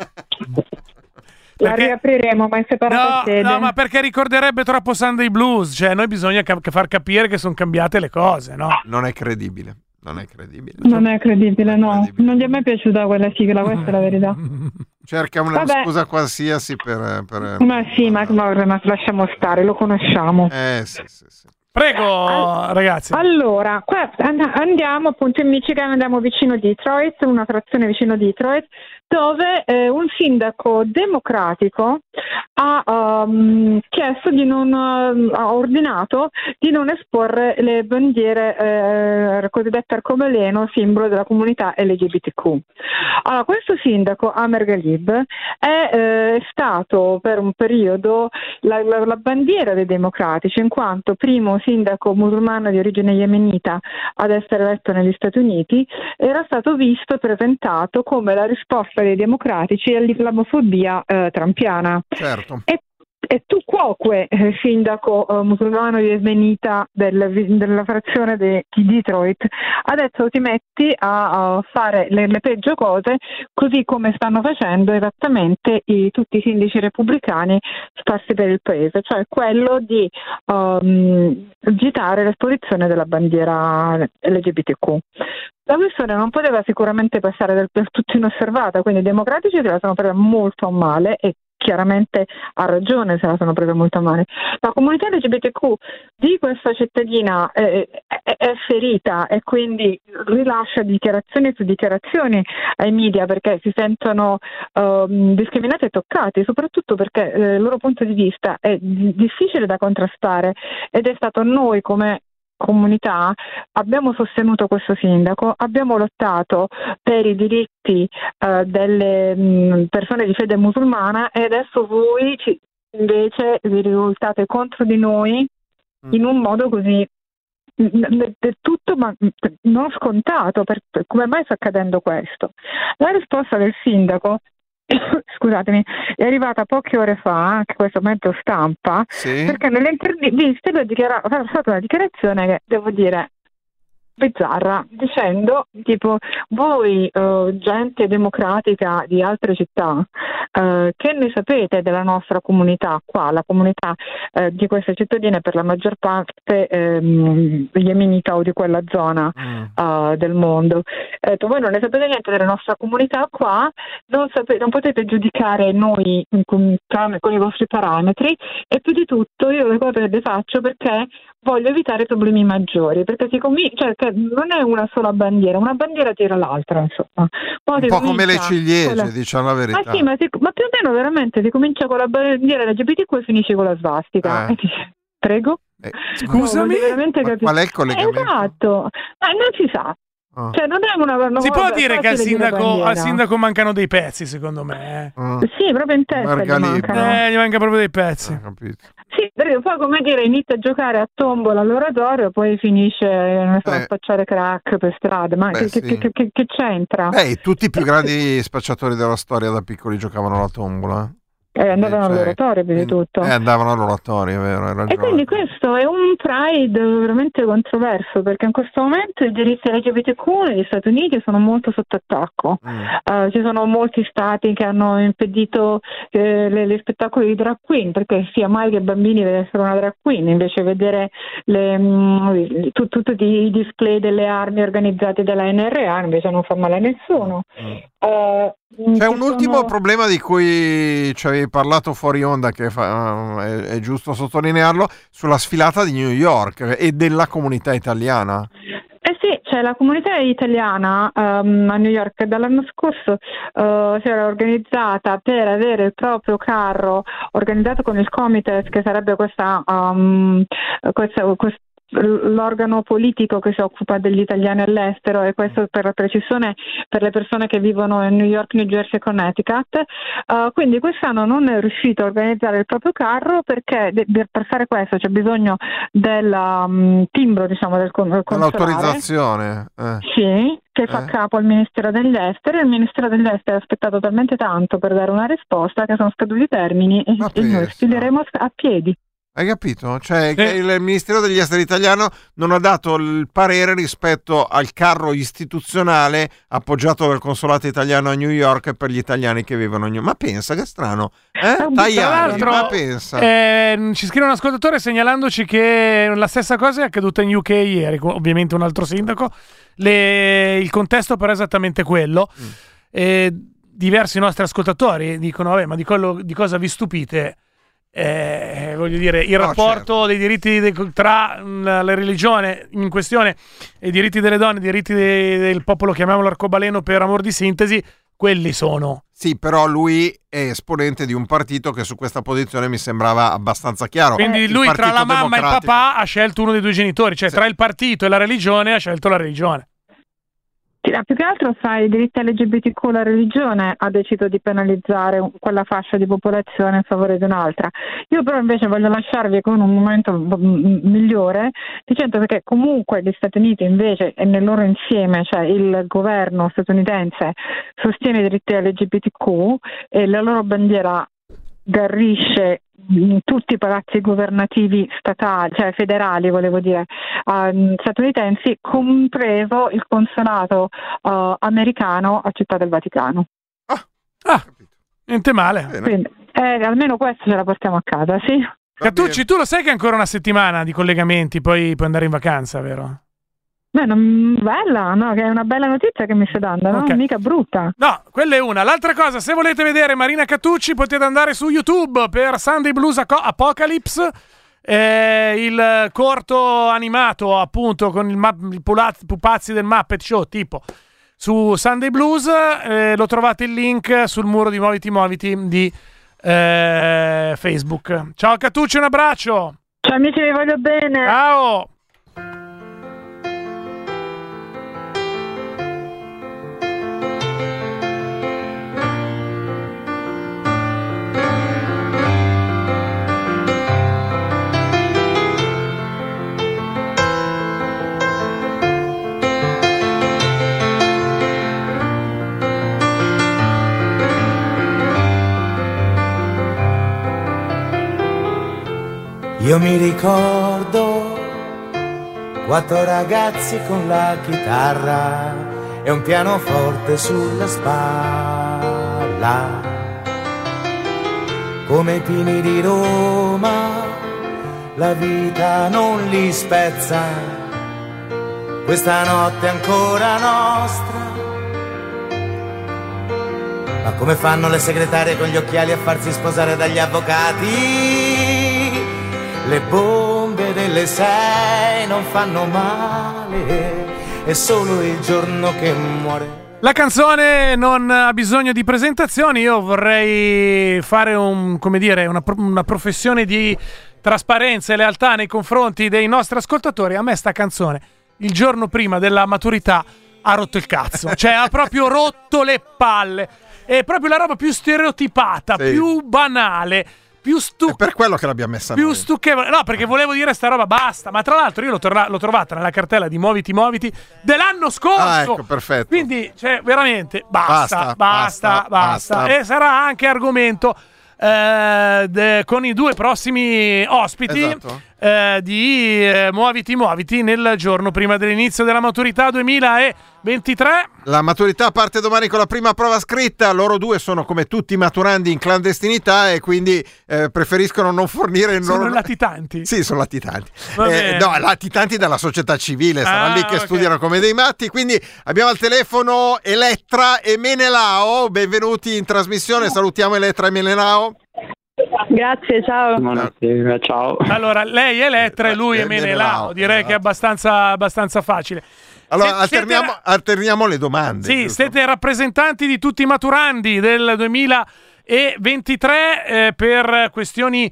La riapriremo, ma in separata sede. No, ma perché ricorderebbe troppo Sunday Blues, cioè noi bisogna far capire che sono cambiate le cose, no? Non è credibile. Non è credibile, no. Non gli è mai piaciuta quella sigla, questa è la verità. Cerca una scusa qualsiasi per... Ma sì, ma lasciamo stare, lo conosciamo. Sì. Prego, ragazzi. Allora, qua andiamo appunto in Michigan, andiamo vicino Detroit, una frazione vicino Detroit, dove un sindaco democratico ha chiesto ha ordinato di non esporre le bandiere cosiddette arcobaleno, simbolo della comunità LGBTQ. Allora, questo sindaco, Amer Ghalib, è stato per un periodo la bandiera dei democratici, in quanto primo sindaco musulmano di origine yemenita ad essere eletto negli Stati Uniti, era stato visto e presentato come la risposta dei democratici all'islamofobia trampiana. Certo. E tu quoque, sindaco musulmano yemenita della frazione di Detroit, adesso ti metti a fare le peggio cose, così come stanno facendo esattamente tutti i sindaci repubblicani sparsi per il paese, cioè quello di agitare l'esposizione della bandiera LGBTQ. La questione non poteva sicuramente passare del tutto inosservata, quindi i democratici se la sono presa molto male e chiaramente ha ragione se la sono presa molto male. La comunità LGBTQ di questa cittadina è ferita e quindi rilascia dichiarazioni su dichiarazioni ai media perché si sentono discriminati e toccati, soprattutto perché il loro punto di vista è difficile da contrastare ed è stato noi come comunità abbiamo sostenuto questo sindaco, abbiamo lottato per i diritti delle persone di fede musulmana e adesso voi invece vi rivoltate contro di noi in un modo così del tutto ma non scontato. Come mai sta accadendo questo? La risposta del sindaco scusatemi, è arrivata poche ore fa, anche questo mezzo stampa, perché nelle interviste ha fatto una dichiarazione che devo dire bizzarra, dicendo tipo voi gente democratica di altre città che ne sapete della nostra comunità qua, la comunità di queste cittadine per la maggior parte yemenita o di quella zona del mondo. Voi non ne sapete niente della nostra comunità qua, non potete giudicare noi con i vostri parametri e più di tutto io le cose le faccio perché voglio evitare problemi maggiori, perché non è una sola bandiera, una bandiera tira l'altra, insomma. Un po' come le ciliegie, diciamo la verità. Ma sì, ma più o meno veramente si comincia con la bandiera LGBTQ e finisce con la svastica. Prego? Scusami? Qual è il collegamento? Esatto, non si sa. Cioè, non è una si può dire che al sindaco mancano dei pezzi, secondo me. Sì, proprio in testa gli mancano. Gli manca proprio dei pezzi. Sì, perché poi come dire inizia a giocare a tombola all'oratorio, poi finisce a spacciare crack per strada. Ma che c'entra? Tutti i più grandi spacciatori della storia da piccoli giocavano alla tombola. Andavano all'oratorio più di tutto. Andavano all'oratorio, è vero, hai ragione. E quindi questo è un Pride veramente controverso, perché in questo momento i diritti LGBTQ negli Stati Uniti sono molto sotto attacco. Ci sono molti stati che hanno impedito gli spettacoli di drag queen, perché sia mai che i bambini devono essere una drag queen, invece vedere tutti i display delle armi organizzati dalla NRA invece non fa male a nessuno. C'è un ultimo problema di cui ci avevi parlato fuori onda, che è giusto sottolinearlo, sulla sfilata di New York e della comunità italiana. Sì, c'è la comunità italiana a New York dall'anno scorso si era organizzata per avere il proprio carro organizzato con il Comites, che sarebbe l'organo politico che si occupa degli italiani all'estero, e questo per la precisione per le persone che vivono in New York, New Jersey e Connecticut. Quindi quest'anno non è riuscito a organizzare il proprio carro perché per fare questo c'è bisogno del timbro, diciamo, del consolare. L'autorizzazione. Sì, che fa capo al Ministero degli Esteri. Il Ministero degli Esteri ha aspettato talmente tanto per dare una risposta che sono scaduti i termini e noi sfileremo a piedi. Hai capito? Cioè il Ministero degli Esteri italiano non ha dato il parere rispetto al carro istituzionale appoggiato dal consolato italiano a New York per gli italiani che vivono a New York. Ma pensa, che strano. Tajani, ma pensa. Ci scrive un ascoltatore segnalandoci che la stessa cosa è accaduta in UK ieri, ovviamente un altro sindaco. Il contesto però è esattamente quello. Diversi nostri ascoltatori dicono, vabbè, ma di cosa vi stupite? Voglio dire, il rapporto dei diritti tra la religione in questione e i diritti delle donne, i diritti del popolo, chiamiamolo arcobaleno per amor di sintesi, quelli sono. Sì, però lui è esponente di un partito che su questa posizione mi sembrava abbastanza chiaro. Quindi lui tra la mamma e il papà ha scelto uno dei due genitori, cioè tra il partito e la religione ha scelto la religione. Più che altro, sai, i diritti LGBTQ, la religione ha deciso di penalizzare quella fascia di popolazione in favore di un'altra. Io però invece voglio lasciarvi con un momento migliore, dicendo che comunque gli Stati Uniti invece e nel loro insieme, cioè il governo statunitense sostiene i diritti LGBTQ e la loro bandiera garrisce in tutti i palazzi governativi statali, cioè federali, volevo dire, statunitensi, compreso il consolato americano a Città del Vaticano. Niente male. Quindi, almeno questo ce la portiamo a casa, sì. Cattucci, tu lo sai che è ancora una settimana di collegamenti, poi puoi andare in vacanza, vero? Beh, bella, no? Che è una bella notizia che mi stai dando, no? Mica brutta. No, quella è una. L'altra cosa, se volete vedere Marina Cattucci potete andare su YouTube per Sunday Blues Apocalypse, il corto animato appunto con i pupazzi del Muppet Show, tipo su Sunday Blues. Lo trovate il link sul muro di Muoviti di Facebook. Ciao Cattucci, un abbraccio. Ciao amici, vi voglio bene. Ciao. Io mi ricordo 4 ragazzi con la chitarra e un pianoforte sulla spalla, come i pini di Roma, la vita non li spezza, questa notte è ancora nostra. Ma come fanno le segretarie con gli occhiali a farsi sposare dagli avvocati? Le bombe delle 6 non fanno male, è solo il giorno che muore. La canzone non ha bisogno di presentazioni. Io vorrei fare una professione di trasparenza e lealtà nei confronti dei nostri ascoltatori. A me sta canzone, il giorno prima della maturità, ha rotto il cazzo. Cioè ha proprio rotto le palle. È proprio la roba più stereotipata, più banale, più è per quello che l'abbiamo messa più noi. stucchevole. No, perché volevo dire sta roba, basta. Ma tra l'altro io l'ho trovata nella cartella di Muoviti dell'anno scorso. Ah, ecco, perfetto. Quindi, cioè, veramente basta. E sarà anche argomento con i 2 prossimi ospiti. Esatto. di Muoviti nel giorno prima dell'inizio della maturità 2023. La maturità parte domani con la prima prova scritta. Loro due sono come tutti i maturandi in clandestinità e quindi preferiscono non fornire il Sono latitanti? Sì, sono latitanti. No, latitanti dalla società civile, saranno lì che studiano come dei matti. Quindi abbiamo al telefono Elettra e Menelao. Benvenuti in trasmissione. Salutiamo Elettra e Menelao. Grazie, ciao. Buonasera, ciao. Allora, lei è Elettra e lui è Menelao. Direi che è abbastanza facile. Allora, alterniamo le domande. Sì, giusto? siete rappresentanti di tutti i maturandi del 2023 per questioni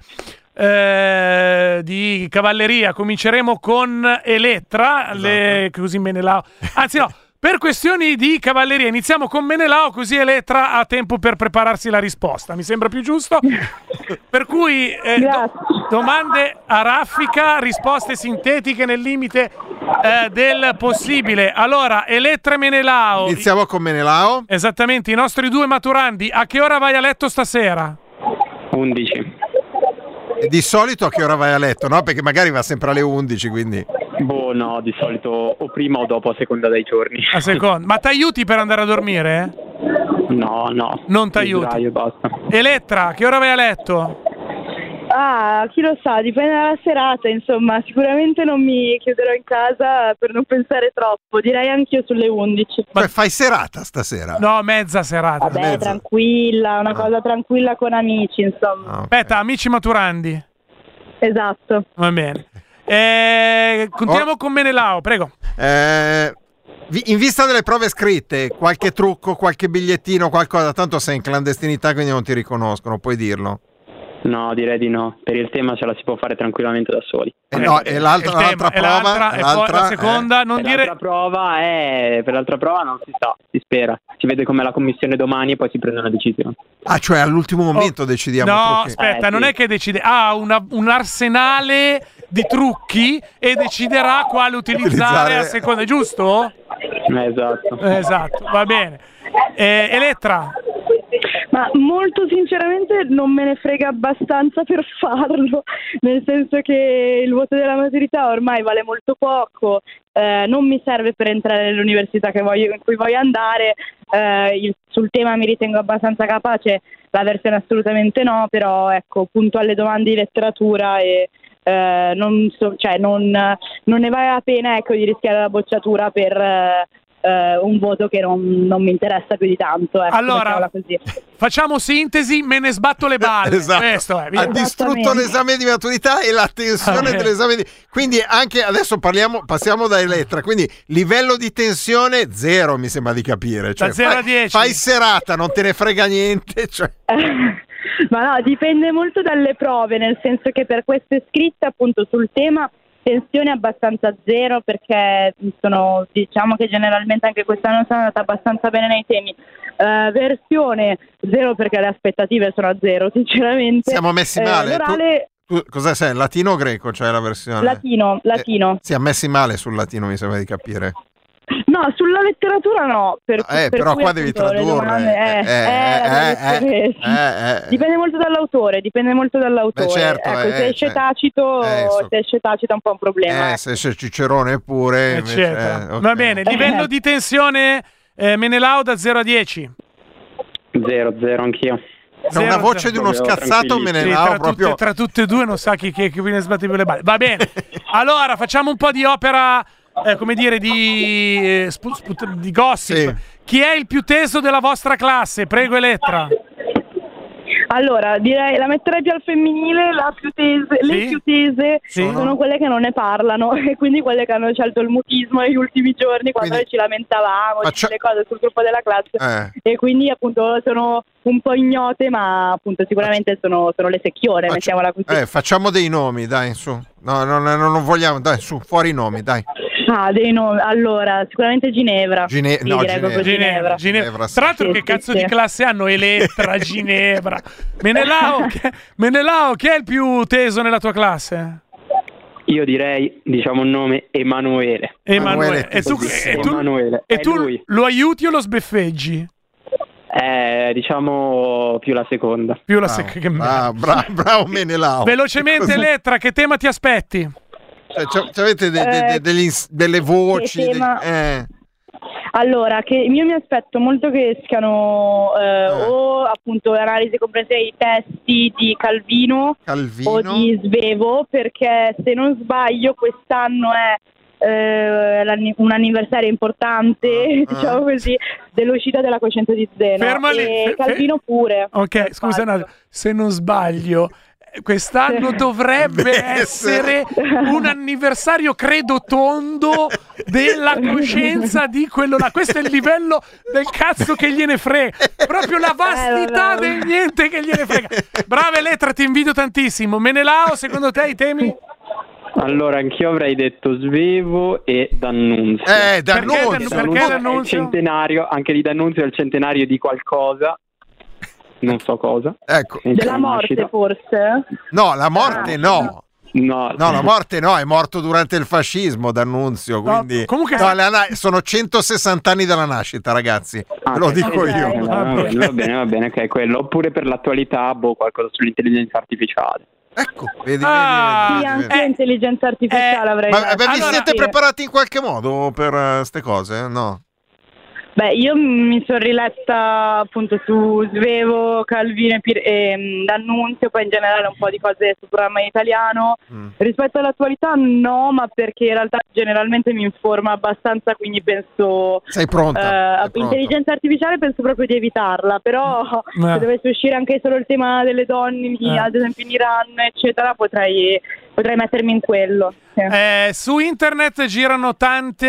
di cavalleria. Cominceremo con Elettra, così Menelao. Anzi no, per questioni di cavalleria iniziamo con Menelao, così Elettra ha tempo per prepararsi la risposta. Mi sembra più giusto. Per cui domande a raffica, risposte sintetiche nel limite del possibile. Allora, Elettra e Menelao. Iniziamo con Menelao. Esattamente, i nostri due maturandi. A che ora vai a letto stasera? 11. E di solito a che ora vai a letto, no? Perché magari va sempre alle 11, quindi... Boh, no, di solito o prima o dopo, a seconda dei giorni. A seconda. Ma ti aiuti per andare a dormire? No. Non ti aiuti. Io basta. Elettra, a che ora vai a letto? Chi lo sa, dipende dalla serata, insomma. Sicuramente non mi chiuderò in casa per non pensare troppo. Direi anch'io sulle 11. Ma fai serata stasera? No, mezza serata. Vabbè, tranquilla, una cosa tranquilla con amici, insomma. Okay. Aspetta, amici maturandi. Esatto. Va bene. Continuiamo con Menelao, prego. In vista delle prove scritte, qualche trucco, qualche bigliettino, qualcosa, tanto sei in clandestinità quindi non ti riconoscono, puoi dirlo? No, direi di no. Per il tema ce la si può fare tranquillamente da soli. No, e l'altra prova? E poi la seconda, non per dire... Per l'altra prova non si sa, si spera. Si vede com'è la commissione domani e poi si prende una decisione. Ah, cioè all'ultimo momento decidiamo. No, trucchi. aspetta, non sì. è che decide. Ha un arsenale di trucchi e deciderà quale utilizzare a seconda, giusto? Esatto, va bene. Elettra? Ma molto sinceramente non me ne frega abbastanza per farlo, nel senso che il voto della maturità ormai vale molto poco, non mi serve per entrare nell'università in cui voglio andare, sul tema mi ritengo abbastanza capace, la versione assolutamente no, però ecco, punto alle domande di letteratura e non ne vale la pena, ecco, di rischiare la bocciatura per un voto che non mi interessa più di tanto. Allora, così. Facciamo sintesi, me ne sbatto le balle. Esatto. Questo è, ha distrutto l'esame di maturità e la tensione dell'esame quindi anche adesso passiamo da Elettra, quindi livello di tensione 0, mi sembra di capire, cioè, da 0 a 10 fai serata, non te ne frega niente, cioè. Ma no, dipende molto dalle prove, nel senso che per queste scritte appunto sul tema tensione abbastanza 0, perché diciamo che generalmente anche quest'anno sono andata abbastanza bene nei temi. Versione 0 perché le aspettative sono a 0, sinceramente. Siamo messi male. L'orale... Tu cosa sei? Latino o greco? Cioè la versione? Latino. Siamo messi male sul latino, mi sembra di capire. No, sulla letteratura no. Però qua devi tradurre. Dipende molto dall'autore. Beh, certo, ecco, se esce tacito è un po' un problema. Se esce Cicerone pure. Okay. Va bene, livello di tensione Menelao da 0 a 10. 0 anch'io. C'è una voce di uno scazzato Menelao, sì, proprio tra tutte e due non sa chi ne sbatte più le balle. Va bene. Allora, facciamo un po' di opera come dire, di gossip. Sì. Chi è il più teso della vostra classe? Prego, Elettra. Allora, direi la metterei più al femminile, le più tese sono quelle che non ne parlano e quindi quelle che hanno scelto il mutismo negli ultimi giorni quando noi ci lamentavamo di le cose sul gruppo della classe e quindi appunto sono un po' ignote, ma appunto sicuramente sono le secchione, mettiamola così. Facciamo dei nomi, dai, su. No, non vogliamo, dai, su, fuori i nomi, dai. Dei nomi. Allora, sicuramente Ginevra. Ginevra. Tra l'altro, che cazzo di classe hanno? Elettra, Ginevra. Menelao, chi è il più teso nella tua classe? Io direi, diciamo un nome, Emanuele. E tu lo aiuti o lo sbeffeggi? Diciamo più la seconda. Più la seconda. Bravo Menelao. Velocemente, Elettra, che tema ti aspetti? Avete delle voci? Allora, che io mi aspetto molto che escano o appunto l'analisi comprensiva dei testi di Calvino o di Svevo, perché se non sbaglio quest'anno è un anniversario importante, diciamo così, dell'uscita della Coscienza di Zeno. E Calvino pure. Ok, scusa, se non sbaglio, quest'anno dovrebbe essere un anniversario, credo, tondo della coscienza di quello là. Questo è il livello del cazzo che gliene frega, proprio la vastità del niente che gliene frega. Brava Elettra, ti invidio tantissimo. Menelao, secondo te i temi? Allora, anch'io avrei detto Svevo e D'Annunzio. D'Annunzio? Perché D'Annunzio? Il centenario, anche di D'Annunzio è il centenario di qualcosa. Non so cosa. Ecco. Della morte, forse? No, la morte no. No, la morte no, è morto durante il fascismo D'Annunzio, quindi no, comunque sono 160 anni dalla nascita, ragazzi. Ve lo dico io. Va bene, ok, quello. Oppure per l'attualità, qualcosa sull'intelligenza artificiale. Ecco, vedi. Sì, anche intelligenza artificiale avrei. Ma vi siete preparati in qualche modo per queste cose? No. Beh, io mi sono riletta appunto su Svevo, Calvino e D'Annunzio, poi in generale un po' di cose sul programma in italiano. Rispetto all'attualità no, ma perché in realtà generalmente mi informa abbastanza, quindi penso... Sei pronta? Intelligenza artificiale penso proprio di evitarla, però se dovesse uscire anche solo il tema delle donne, ad esempio in Iran, eccetera, potrei mettermi in quello. Sì. Su internet girano tanti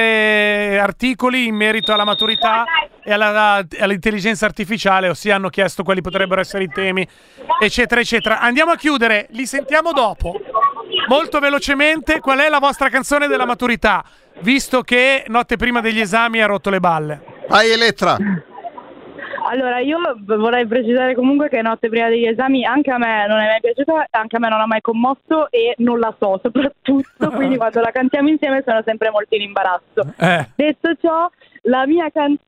articoli in merito alla maturità e all'intelligenza artificiale, ossia hanno chiesto quali potrebbero essere i temi, eccetera, eccetera. Andiamo a chiudere, li sentiamo dopo. Molto velocemente, qual è la vostra canzone della maturità, visto che notte prima degli esami ha rotto le balle? Vai Elettra! Allora, io vorrei precisare comunque che Notte prima degli esami anche a me non è mai piaciuta, anche a me non ha mai commosso e non la so soprattutto, quindi quando la cantiamo insieme sono sempre molto in imbarazzo. Detto ciò, la mia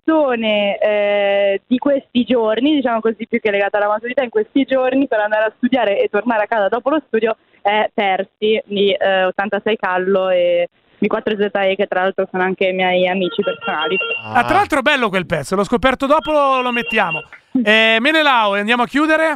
canzone di questi giorni, diciamo così, più che legata alla maturità, in questi giorni per andare a studiare e tornare a casa dopo lo studio è Persi di 86 Callo e B4ZE, che tra l'altro sono anche i miei amici personali. Tra l'altro bello quel pezzo, l'ho scoperto dopo, lo mettiamo. Menelao, andiamo a chiudere?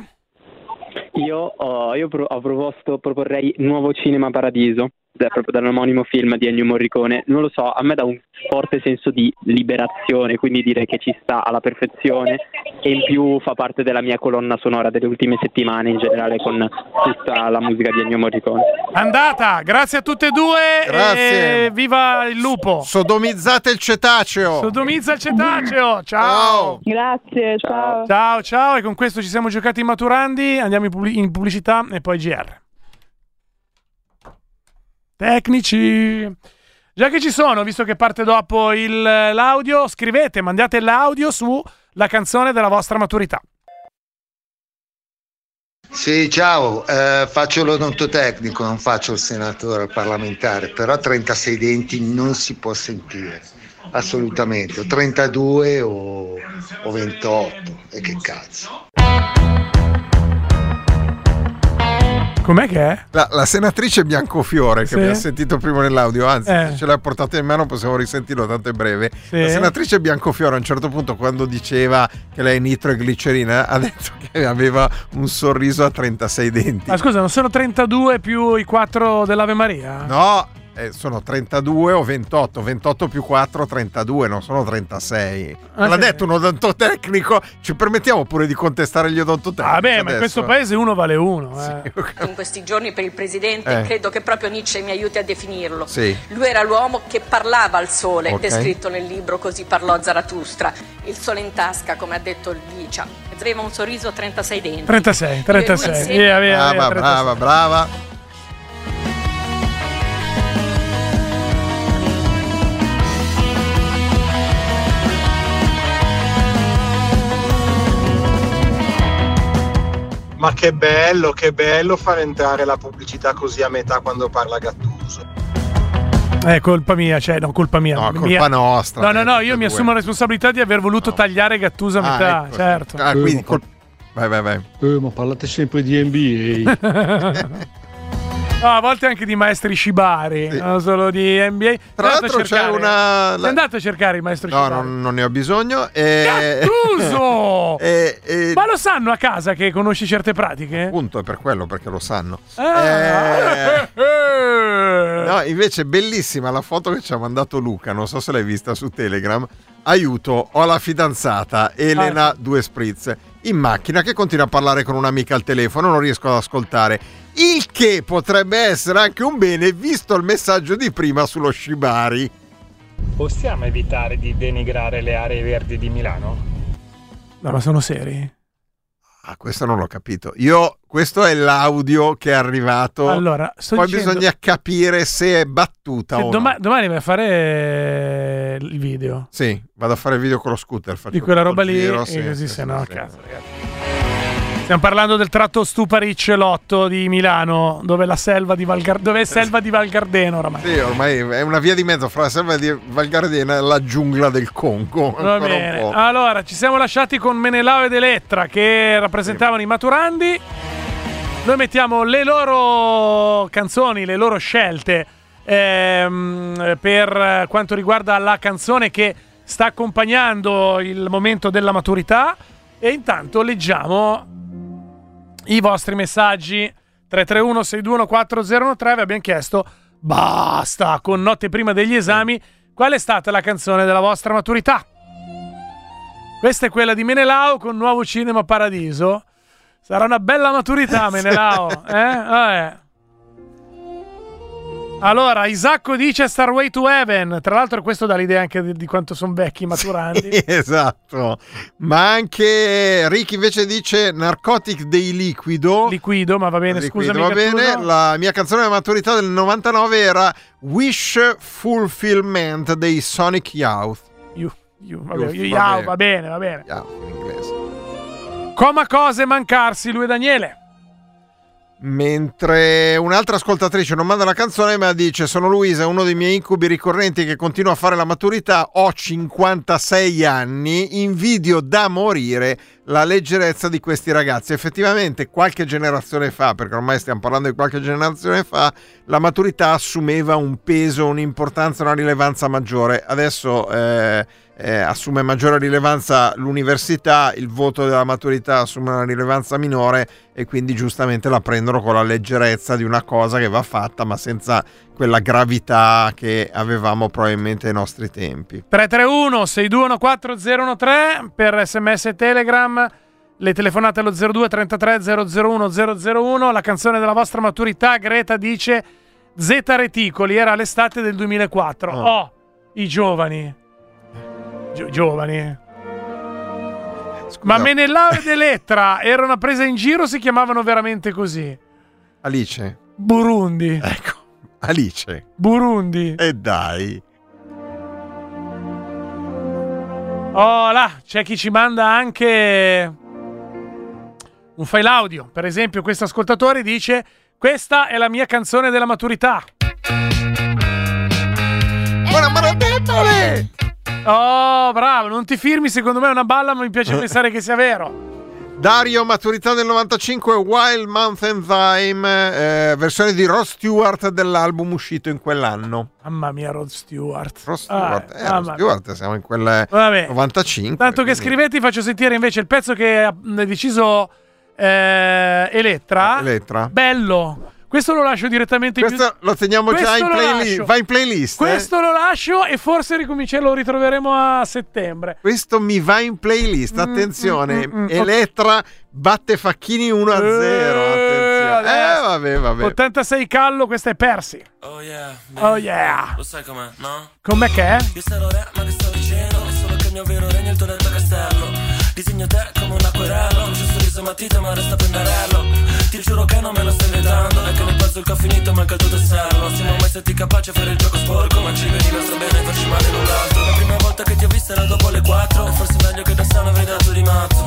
Io proporrei Nuovo Cinema Paradiso, proprio dall'omonimo film di Ennio Morricone. Non lo so, a me dà un forte senso di liberazione, quindi direi che ci sta alla perfezione, e in più fa parte della mia colonna sonora delle ultime settimane in generale, con tutta la musica di Ennio Morricone. Andata, grazie a tutte e due. Grazie. Viva il lupo. Sodomizzate il cetaceo. Sodomizza il cetaceo. Ciao. Grazie, ciao. Ciao, e con questo ci siamo giocati i maturandi. Andiamo in pubblicità e poi GR. Tecnici. Già che ci sono, visto che parte dopo l'audio, scrivete, mandate l'audio sulla canzone della vostra maturità. Sì, ciao, faccio l'odontotecnico, non faccio il senatore parlamentare, però 36 denti non si può sentire, assolutamente, o 32 o 28, e che cazzo. Com'è che è? La senatrice Biancofiore, che abbiamo sentito prima nell'audio, anzi se ce l'ha portata in mano possiamo risentirlo, tanto è breve. La senatrice Biancofiore a un certo punto, quando diceva che lei è nitroglicerina, ha detto che aveva un sorriso a 36 denti. Ma scusa, non sono 32 più i 4 dell'Ave Maria? No, sono 32 o 28, 28 più 4, 32, non sono 36. L'ha detto un odontotecnico, ci permettiamo pure di contestare gli odontotecnici. Vabbè, ma in questo paese uno vale uno. In questi giorni per il presidente, credo che proprio Nietzsche mi aiuti a definirlo. Sì. Lui era l'uomo che parlava al sole, descritto nel libro Così parlò Zarathustra. Il sole in tasca, come ha detto il Licia. Aveva un sorriso a 36 denti. 36. Brava. Ma che bello far entrare la pubblicità così a metà quando parla Gattuso. Colpa mia, colpa mia. No, colpa nostra. No, io mi assumo la responsabilità di aver voluto tagliare Gattuso a metà, ecco. certo. Quindi vai. Ma parlate sempre di NBA. No, a volte anche di maestri Shibari, non solo di NBA. Tra l'altro c'è una... Sei andato a cercare il maestro Shibari? No, non ne ho bisogno. Gattuso! Ma lo sanno a casa che conosci certe pratiche? Appunto, è per quello, perché lo sanno. No, invece bellissima la foto che ci ha mandato Luca, non so se l'hai vista su Telegram. Aiuto, ho la fidanzata Elena Due Spritz in macchina che continua a parlare con un'amica al telefono, non riesco ad ascoltare. Il che potrebbe essere anche un bene visto il messaggio di prima sullo Shibari. Possiamo evitare di denigrare le aree verdi di Milano? No, ma sono seri? Questo non l'ho capito. Questo è l'audio che è arrivato. Allora, poi bisogna capire se è battuta o no. Domani vai a fare il video. Sì, vado a fare il video con lo scooter. Di quella roba lì, così se no, cazzo, ragazzi. Stiamo parlando del tratto Stupari-Celotto di Milano, dove la selva di dove è selva di Val Gardena oramai. Sì, ormai è una via di mezzo fra la selva di Val Gardena e la giungla del Congo. Va bene. Allora, ci siamo lasciati con Menelao ed Elettra che rappresentavano i maturandi. Noi mettiamo le loro canzoni, le loro scelte per quanto riguarda la canzone che sta accompagnando il momento della maturità, e intanto leggiamo i vostri messaggi. 331-621-4013. Vi abbiamo chiesto, basta con Notte prima degli esami, qual è stata la canzone della vostra maturità? Questa è quella di Menelao con Nuovo Cinema Paradiso. Sarà una bella maturità, Menelao. Vabbè. Allora, Isacco dice Starway to Heaven. Tra l'altro questo dà l'idea anche di quanto sono vecchi i maturandi. Esatto. Ma anche Ricky invece dice Narcotic dei Liquido. Liquido, ma va bene, scusami. Va bene. La mia canzone di maturità del 99 era Wish Fulfillment dei Sonic Youth. Va bene. Youth in inglese. Coma cose mancarsi, lui e Daniele. Mentre un'altra ascoltatrice non manda la canzone ma dice: sono Luisa, uno dei miei incubi ricorrenti che continua a fare la maturità, ho 56 anni, invidio da morire la leggerezza di questi ragazzi. Effettivamente qualche generazione fa, perché ormai stiamo parlando di qualche generazione fa, la maturità assumeva un peso, un'importanza, una rilevanza maggiore. Adesso assume maggiore rilevanza l'università, il voto della maturità assume una rilevanza minore e quindi giustamente la prendono con la leggerezza di una cosa che va fatta ma senza quella gravità che avevamo probabilmente ai nostri tempi. 331-621-4013 per SMS e Telegram, le telefonate allo 02 33 001 001. La canzone della vostra maturità, Greta dice Z Reticoli, era l'estate del 2004. I giovani. Giovani. Scusa. Ma Menelao ed Elettra era una presa in giro o si chiamavano veramente così? Alice. Burundi. Ecco, Alice. Burundi. E dai. Oh là, c'è chi ci manda anche un file audio. Per esempio questo ascoltatore dice: questa è la mia canzone della maturità. Buona maratona! Oh, bravo, non ti firmi, secondo me è una balla, ma mi piace pensare che sia vero. Dario, maturità del 95, Wild Mountain Thyme, versione di Rod Stewart dell'album uscito in quell'anno. Mamma mia, Rod Stewart. Rod Stewart, siamo in quel 95. Tanto che scrivete, faccio sentire invece il pezzo che ha deciso Elettra. Bello. Questo lo lascio direttamente in Questo lo teniamo già in playlist. Va in playlist. Questo lo lascio e forse lo ritroveremo a settembre. Questo mi va in playlist. Attenzione, Elettra batte Facchini 1-0. Attenzione. Vabbè. 86 Callo, questa è Persi. Oh yeah. Lo sai com'è, no? Com'è che è? Io sarò re, ma che sto vicino. È solo che il mio vero regno è il tuo del castello. Disegno te come un acquerello. Non c'è sorriso matita ma resta pendarello. Ti giuro che non me lo stai vedendo. È che nel pezzo il che ho finito manca il tuo tassello. Siamo mai stati capaci a fare il gioco sporco, ma ci veniva sta bene farci male l'un l'altro. La prima volta che ti ho vista era dopo le 4 e forse meglio che da sano avrei dato di matto.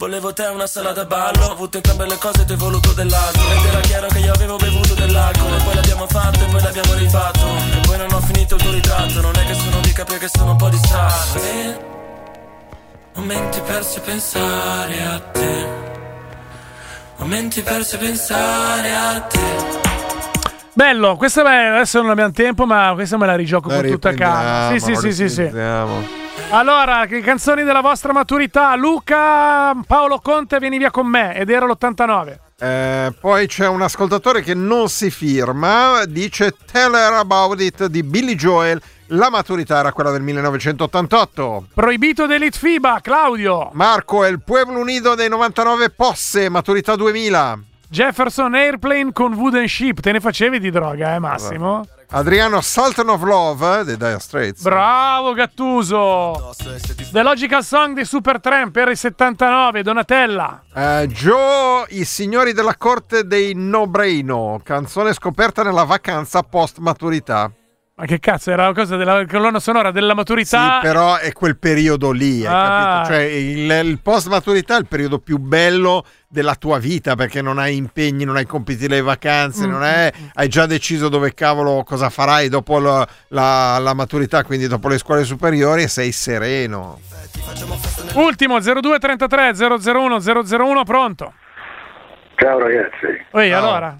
Volevo te una sala da ballo, ho avuto entrambe le cose, ti ho voluto dell'altro. Ed era chiaro che io avevo bevuto dell'alcol. E poi l'abbiamo fatto e poi l'abbiamo rifatto. E poi non ho finito il tuo ritratto. Non è che sono mica perché sono un po' distratto. Momenti persi a pensare a te. Momenti persi a pensare a te. Bello, questa adesso non abbiamo tempo, ma questa me la rigioco con tutta calma. Sì. Allora, che canzoni della vostra maturità? Luca, Paolo Conte, vieni via con me, ed era l'89. Poi c'è un ascoltatore che non si firma, dice Tell Her About It di Billy Joel. La maturità era quella del 1988. Proibito dell'Elite FIBA, Claudio. Marco, El Pueblo Unido dei 99 Posse, maturità 2000. Jefferson Airplane con Wooden Ship. Te ne facevi di droga, Massimo? Adriano, Sultan of Love dei Dire Straits. Bravo Gattuso. The Logical Song di Supertramp per il 79. Donatella. Joe, I signori della corte dei No Braino, canzone scoperta nella vacanza post maturità. Ma che cazzo, era la cosa della colonna sonora della maturità? Sì, però è quel periodo lì, hai capito? Cioè il post maturità è il periodo più bello della tua vita, perché non hai impegni, non hai compiti le vacanze, hai già deciso dove cavolo cosa farai dopo la maturità, quindi dopo le scuole superiori, e sei sereno. Ultimo 0233 001 001, pronto? Ciao ragazzi. Ciao. Allora?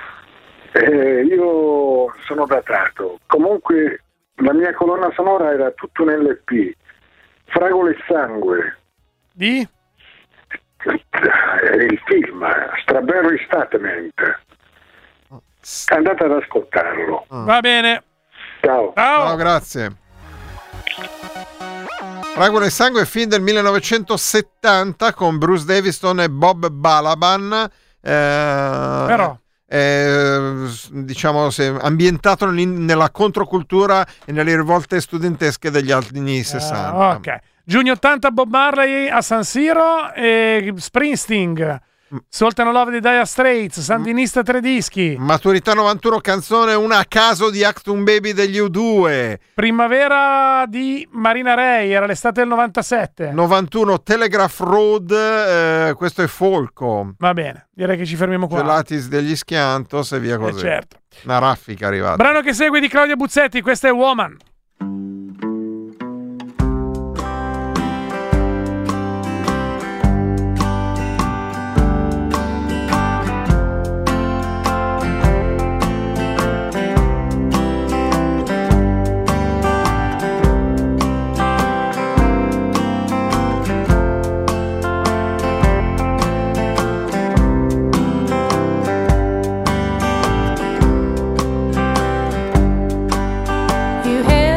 Io sono datato. Comunque la mia colonna sonora era tutto un LP. Fragole e sangue. Di? Il film Strawberry Statement. Andate ad ascoltarlo. Va bene. Ciao, grazie. Fragole e sangue, film del 1970 con Bruce Davison e Bob Balaban. Però diciamo ambientato nella controcultura e nelle rivolte studentesche degli anni 60. Ok. Giugno 80 Bob Marley a San Siro e Springsteen. Sultan of Love di Dire Straits, Sandinista 3 dischi. Maturità 91, canzone Una a caso di Actum Baby degli U2. Primavera di Marina Ray, era l'estate del 97. 91 Telegraph Road, questo è Folco. Va bene, direi che ci fermiamo qua. Gelatis degli Schiantos e via così. Certo. Una raffica arrivata. Brano che segue di Claudia Buzzetti, questa è Woman. You have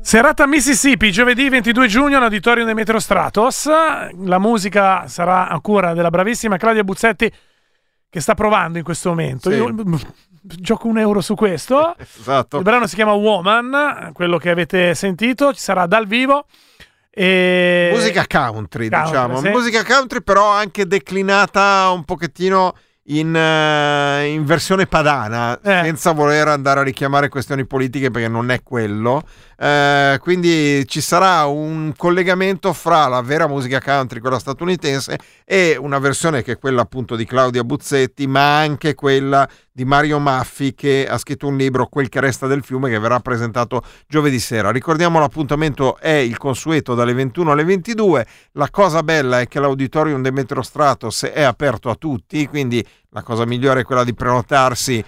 Serata Mississippi, giovedì 22 giugno all'Auditorium del Metro Stratos. La musica sarà a cura della bravissima Claudia Buzzetti, che sta provando in questo momento. Sì. Io gioco €1 su questo. Esatto. Il brano si chiama Woman, quello che avete sentito, ci sarà dal vivo. E... musica country, diciamo. Sì. Musica country, però anche declinata un pochettino in versione padana, senza voler andare a richiamare questioni politiche, perché non è quello. Quindi ci sarà un collegamento fra la vera musica country, quella statunitense, e una versione che è quella appunto di Claudia Buzzetti, ma anche quella di Mario Maffi, che ha scritto un libro, Quel che resta del fiume, che verrà presentato giovedì sera. Ricordiamo, l'appuntamento è il consueto dalle 21 alle 22. La cosa bella è che l'Auditorium del Metro Stratos è aperto a tutti, quindi la cosa migliore è quella di prenotarsi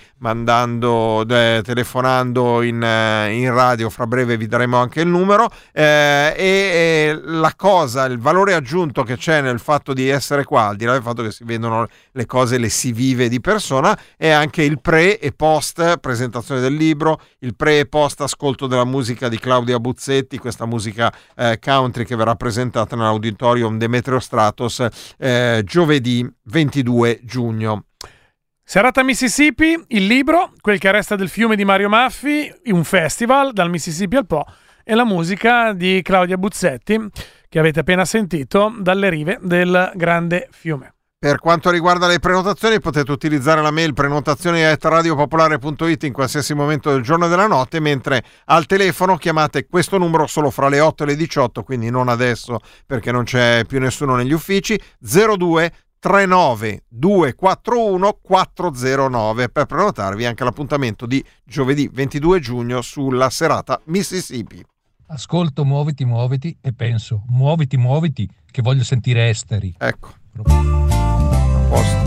telefonando in radio. Fra breve vi daremo anche il numero, e il valore aggiunto che c'è nel fatto di essere qua, al di là del fatto che si vedono le cose, le si vive di persona, è anche il pre e post presentazione del libro, il pre e post ascolto della musica di Claudia Buzzetti, questa musica country che verrà presentata nell'Auditorium de Metro Stratos giovedì 22 giugno. Serata Mississippi, il libro, Quel che resta del fiume di Mario Maffi, un festival dal Mississippi al Po, e la musica di Claudia Buzzetti, che avete appena sentito, dalle rive del grande fiume. Per quanto riguarda le prenotazioni, potete utilizzare la mail prenotazioni@radiopopolare.it in qualsiasi momento del giorno e della notte, mentre al telefono chiamate questo numero solo fra le 8 e le 18, quindi non adesso perché non c'è più nessuno negli uffici, 02 39 241 409, per prenotarvi anche l'appuntamento di giovedì 22 giugno sulla serata Mississippi. Ascolto Muoviti Muoviti e penso muoviti muoviti che voglio sentire Esteri. Ecco, a posto.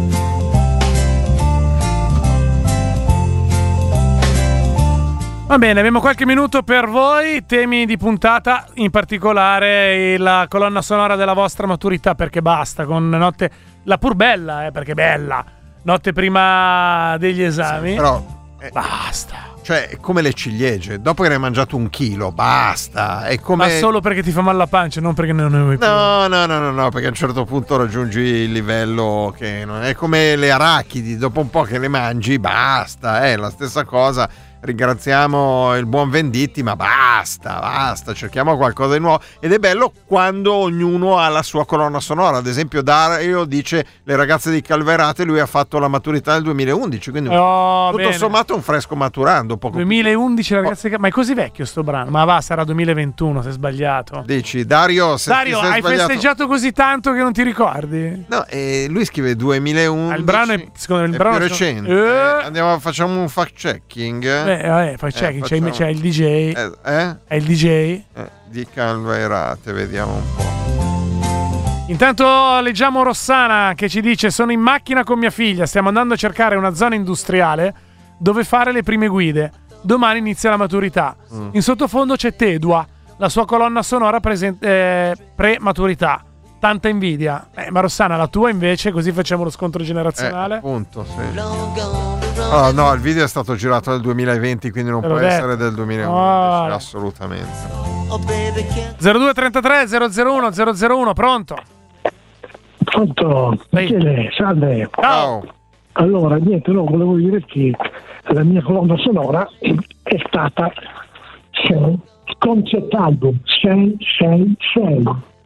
Va bene, abbiamo qualche minuto per voi, temi di puntata, in particolare la colonna sonora della vostra maturità, perché basta con notte, la pur bella, perché bella, notte prima degli esami, sì, però basta. Cioè, è come le ciliegie, dopo che ne hai mangiato 1 chilo, basta. È come... Ma solo perché ti fa male la pancia, non perché non ne vuoi più. No, perché a un certo punto raggiungi il livello che non è come le arachidi, dopo un po' che le mangi, basta, è la stessa cosa. Ringraziamo il buon Venditti, ma basta, cerchiamo qualcosa di nuovo, ed è bello quando ognuno ha la sua colonna sonora. Ad esempio Dario dice Le ragazze di Calverate, lui ha fatto la maturità nel 2011, quindi tutto sommato un fresco maturando. 2011 le ragazze ma è così vecchio sto brano? Ma va, sarà 2021, sei sbagliato. Dici, Dario, hai sbagliato. Festeggiato così tanto che non ti ricordi? No, lui scrive 2011. Il brano è, secondo me, il brano più recente. Facciamo un fact checking. Fai checking, c'è il DJ. È il DJ? Di Calverate, vediamo un po'. Intanto leggiamo Rossana che ci dice: sono in macchina con mia figlia, stiamo andando a cercare una zona industriale dove fare le prime guide. Domani inizia la maturità. In sottofondo c'è Tedua, la sua colonna sonora pre-maturità. Tanta invidia. Ma Rossana, la tua invece, così facciamo lo scontro generazionale. Appunto, sì. Oh, no, il video è stato girato nel 2020, quindi non può essere del 2011, assolutamente. 0233 001 001, pronto? Pronto, Michele, salve. Ciao. Allora, niente, no, volevo dire che la mia colonna sonora è stata concept album 666.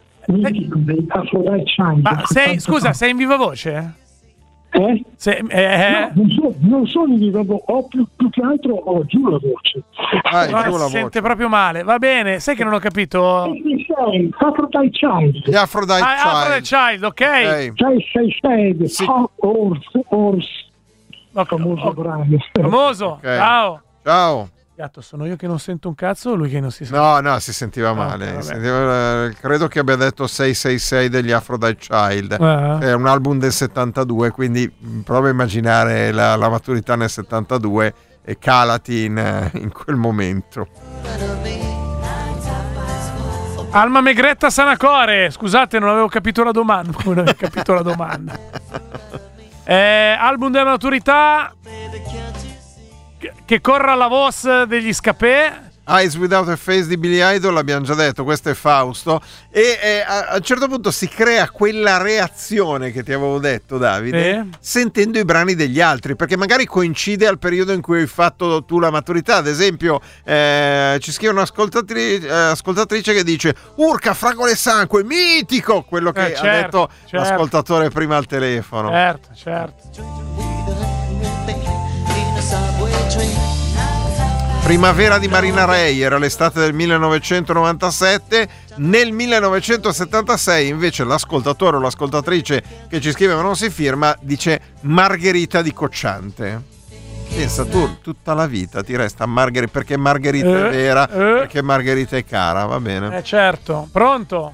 Ma scusa, sei in viva voce? No, non sono in viva voce, ho più che altro ho giù la voce. Si sente proprio male, va bene, sai che non ho capito? Aphrodite Child. Gli Aphrodite Child, ok. 666, famoso brano. Famoso, okay. Ciao. Gatto, sono io che non sento un cazzo o lui che non si sente? No, si sentiva male. Credo che abbia detto 666 degli Aphrodite Child. È un album del 72, quindi prova a immaginare la maturità nel 72 e calati in quel momento. Alma Megretta Sanacore, scusate, non avevo capito la domanda. Album della maturità, che corra la voce degli Scapè, Eyes Without a Face di Billy Idol, l'abbiamo già detto, questo è Fausto, e a un certo punto si crea quella reazione che ti avevo detto, Davide, sentendo i brani degli altri, perché magari coincide al periodo in cui hai fatto tu la maturità. Ad esempio ci scrive un'ascoltatrice che dice Urca, Fragole e Sangue, mitico, quello che ha detto l'ascoltatore prima al telefono. Certo. Primavera di Marina Ray era l'estate del 1997. Nel 1976 invece l'ascoltatore o l'ascoltatrice che ci scrive ma non si firma dice Margherita di Cocciante. Pensa tu, tutta la vita ti resta Margherita, perché Margherita è vera, perché Margherita è cara, va bene. Certo. Pronto?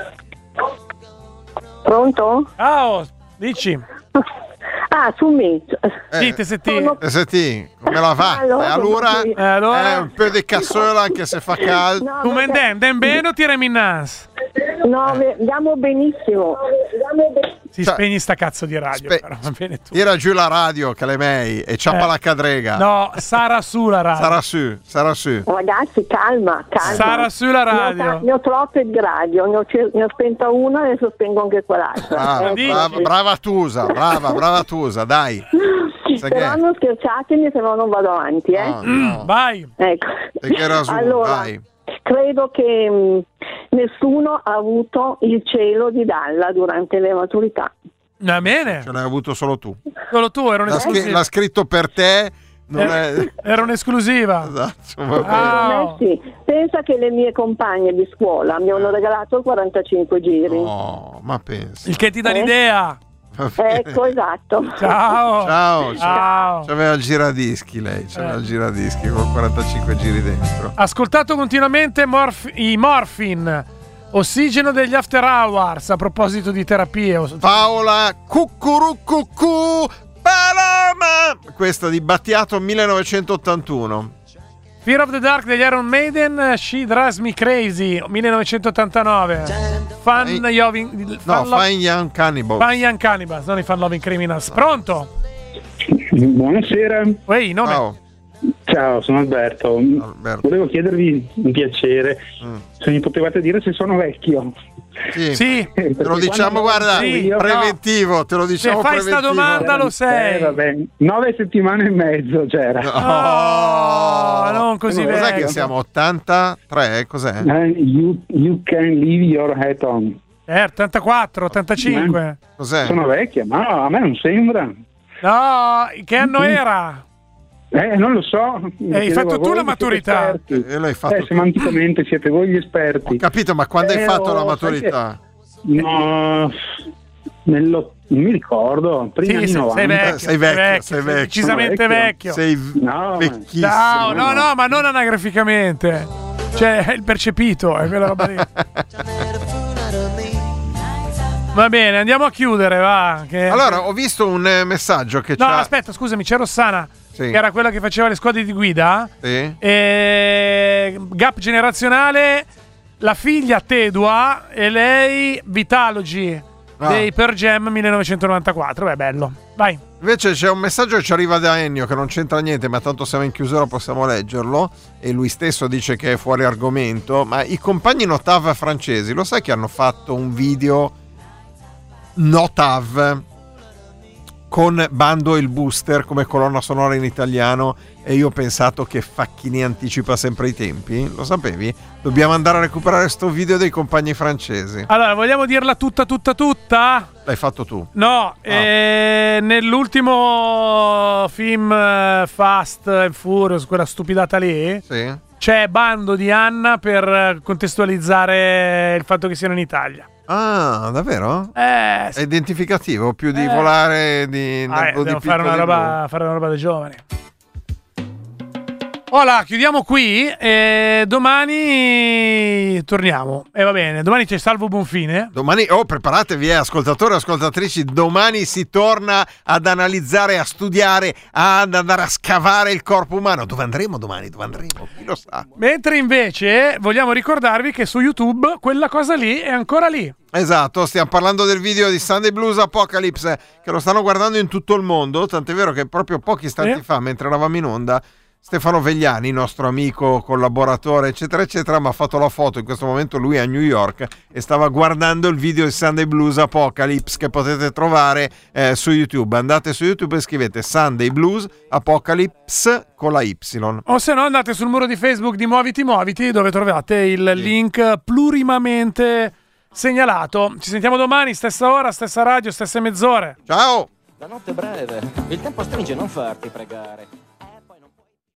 Ciao, dici. Su me. Senti, come la va? Allora, un po' di cassola anche se fa caldo. Come den bene o ti reminas? No, andiamo benissimo. Si spegni sta cazzo di radio, però, va bene tu. Tira giù la radio che le mei e ciappa la cadrega. No, sarà su la radio. Sarà su. Ragazzi, calma. Sarà su la radio. Ne ho troppe di radio, ne ho spenta una, adesso spengo anche quell'altra. Brava Tusa, dai. Però non scherzatemi, se no non vado avanti, No. Vai. Ecco. Allora, vai. Credo che nessuno ha avuto il cielo di Dalla durante le maturità. Va bene. Ce l'hai avuto solo tu. Solo tu, era un'esclusiva. L'ha scritto per te. Era un'esclusiva. Esatto. Sì. Pensa che le mie compagne di scuola mi hanno regalato 45 giri. Oh, ma pensa. Il che ti dà l'idea. Ecco, esatto. Ciao. C'aveva il giradischi lei, il giradischi con 45 giri dentro. Ascoltato continuamente i Morphin, Ossigeno degli After Hours, a proposito di terapie. Paola Cuccurucucù Paloma, questa di Battiato 1981. Fear of the Dark degli Iron Maiden, She Drives Me Crazy 1989. Fine Young Cannibals, non i Fun Loving Criminals. Pronto? Buonasera. Nome? Ciao, sono Alberto. Volevo chiedervi un piacere se mi potevate dire se sono vecchio. Sì, te lo diciamo, guarda, preventivo, te lo diciamo. Se fai preventivo. sta domanda lo sei. Vabbè, 9 settimane e mezzo c'era. Non così vecchio. Cos'è che siamo? 83? Cos'è? You can leave your hat on. 84, 85. Cos'è? Sono vecchia, ma a me non sembra. No, che anno era? Non lo so. Hai fatto tu la maturità? L'hai fatto semanticamente siete voi gli esperti. Ho capito, ma quando hai fatto la maturità? No, non mi ricordo. Prima di 90. Sei vecchio. Decisamente vecchio. Sei vecchissimo. No, ma non anagraficamente. Cioè, è il percepito, è quella roba lì. Va bene, andiamo a chiudere, va. Allora, ho visto un messaggio che No, aspetta, scusami, c'è Rossana. Che era quella che faceva le squadre di guida. Gap generazionale, la figlia Tedua e lei Vitalogy dei Pearl Jam 1994. Beh, bello. Vai. Invece c'è un messaggio che ci arriva da Ennio che non c'entra niente, ma tanto siamo in chiusura, possiamo leggerlo, e lui stesso dice che è fuori argomento. Ma i compagni Notav francesi, lo sai che hanno fatto un video Notav con Bando il Booster come colonna sonora in italiano, e io ho pensato che Facchini anticipa sempre i tempi. Lo sapevi? Dobbiamo andare a recuperare sto video dei compagni francesi. Allora, vogliamo dirla tutta? L'hai fatto tu? No, nell'ultimo film Fast and Furious, quella stupidata lì, c'è Bando di Anna per contestualizzare il fatto che siano in Italia. Ah, davvero? È identificativo, più di volare devo fare una roba dei giovani. Ora chiudiamo qui e domani torniamo. E va bene, domani c'è Salvo Bonfine. Domani, preparatevi, ascoltatori e ascoltatrici, domani si torna ad analizzare, a studiare, ad andare a scavare il corpo umano. Dove andremo domani? Chi lo sa? Mentre invece vogliamo ricordarvi che su YouTube quella cosa lì è ancora lì. Esatto, stiamo parlando del video di Sunday Blues Apocalypse, che lo stanno guardando in tutto il mondo, tant'è vero che proprio pochi istanti fa, mentre eravamo in onda, Stefano Vegliani, nostro amico, collaboratore, eccetera, eccetera, mi ha fatto la foto. In questo momento lui è a New York e stava guardando il video di Sunday Blues Apocalypse che potete trovare su YouTube. Andate su YouTube e scrivete Sunday Blues Apocalypse con la Y. O se no andate sul muro di Facebook di Muoviti, dove trovate il link plurimamente segnalato. Ci sentiamo domani, stessa ora, stessa radio, stesse mezz'ore. Ciao! La notte è breve, il tempo stringe, non farti pregare.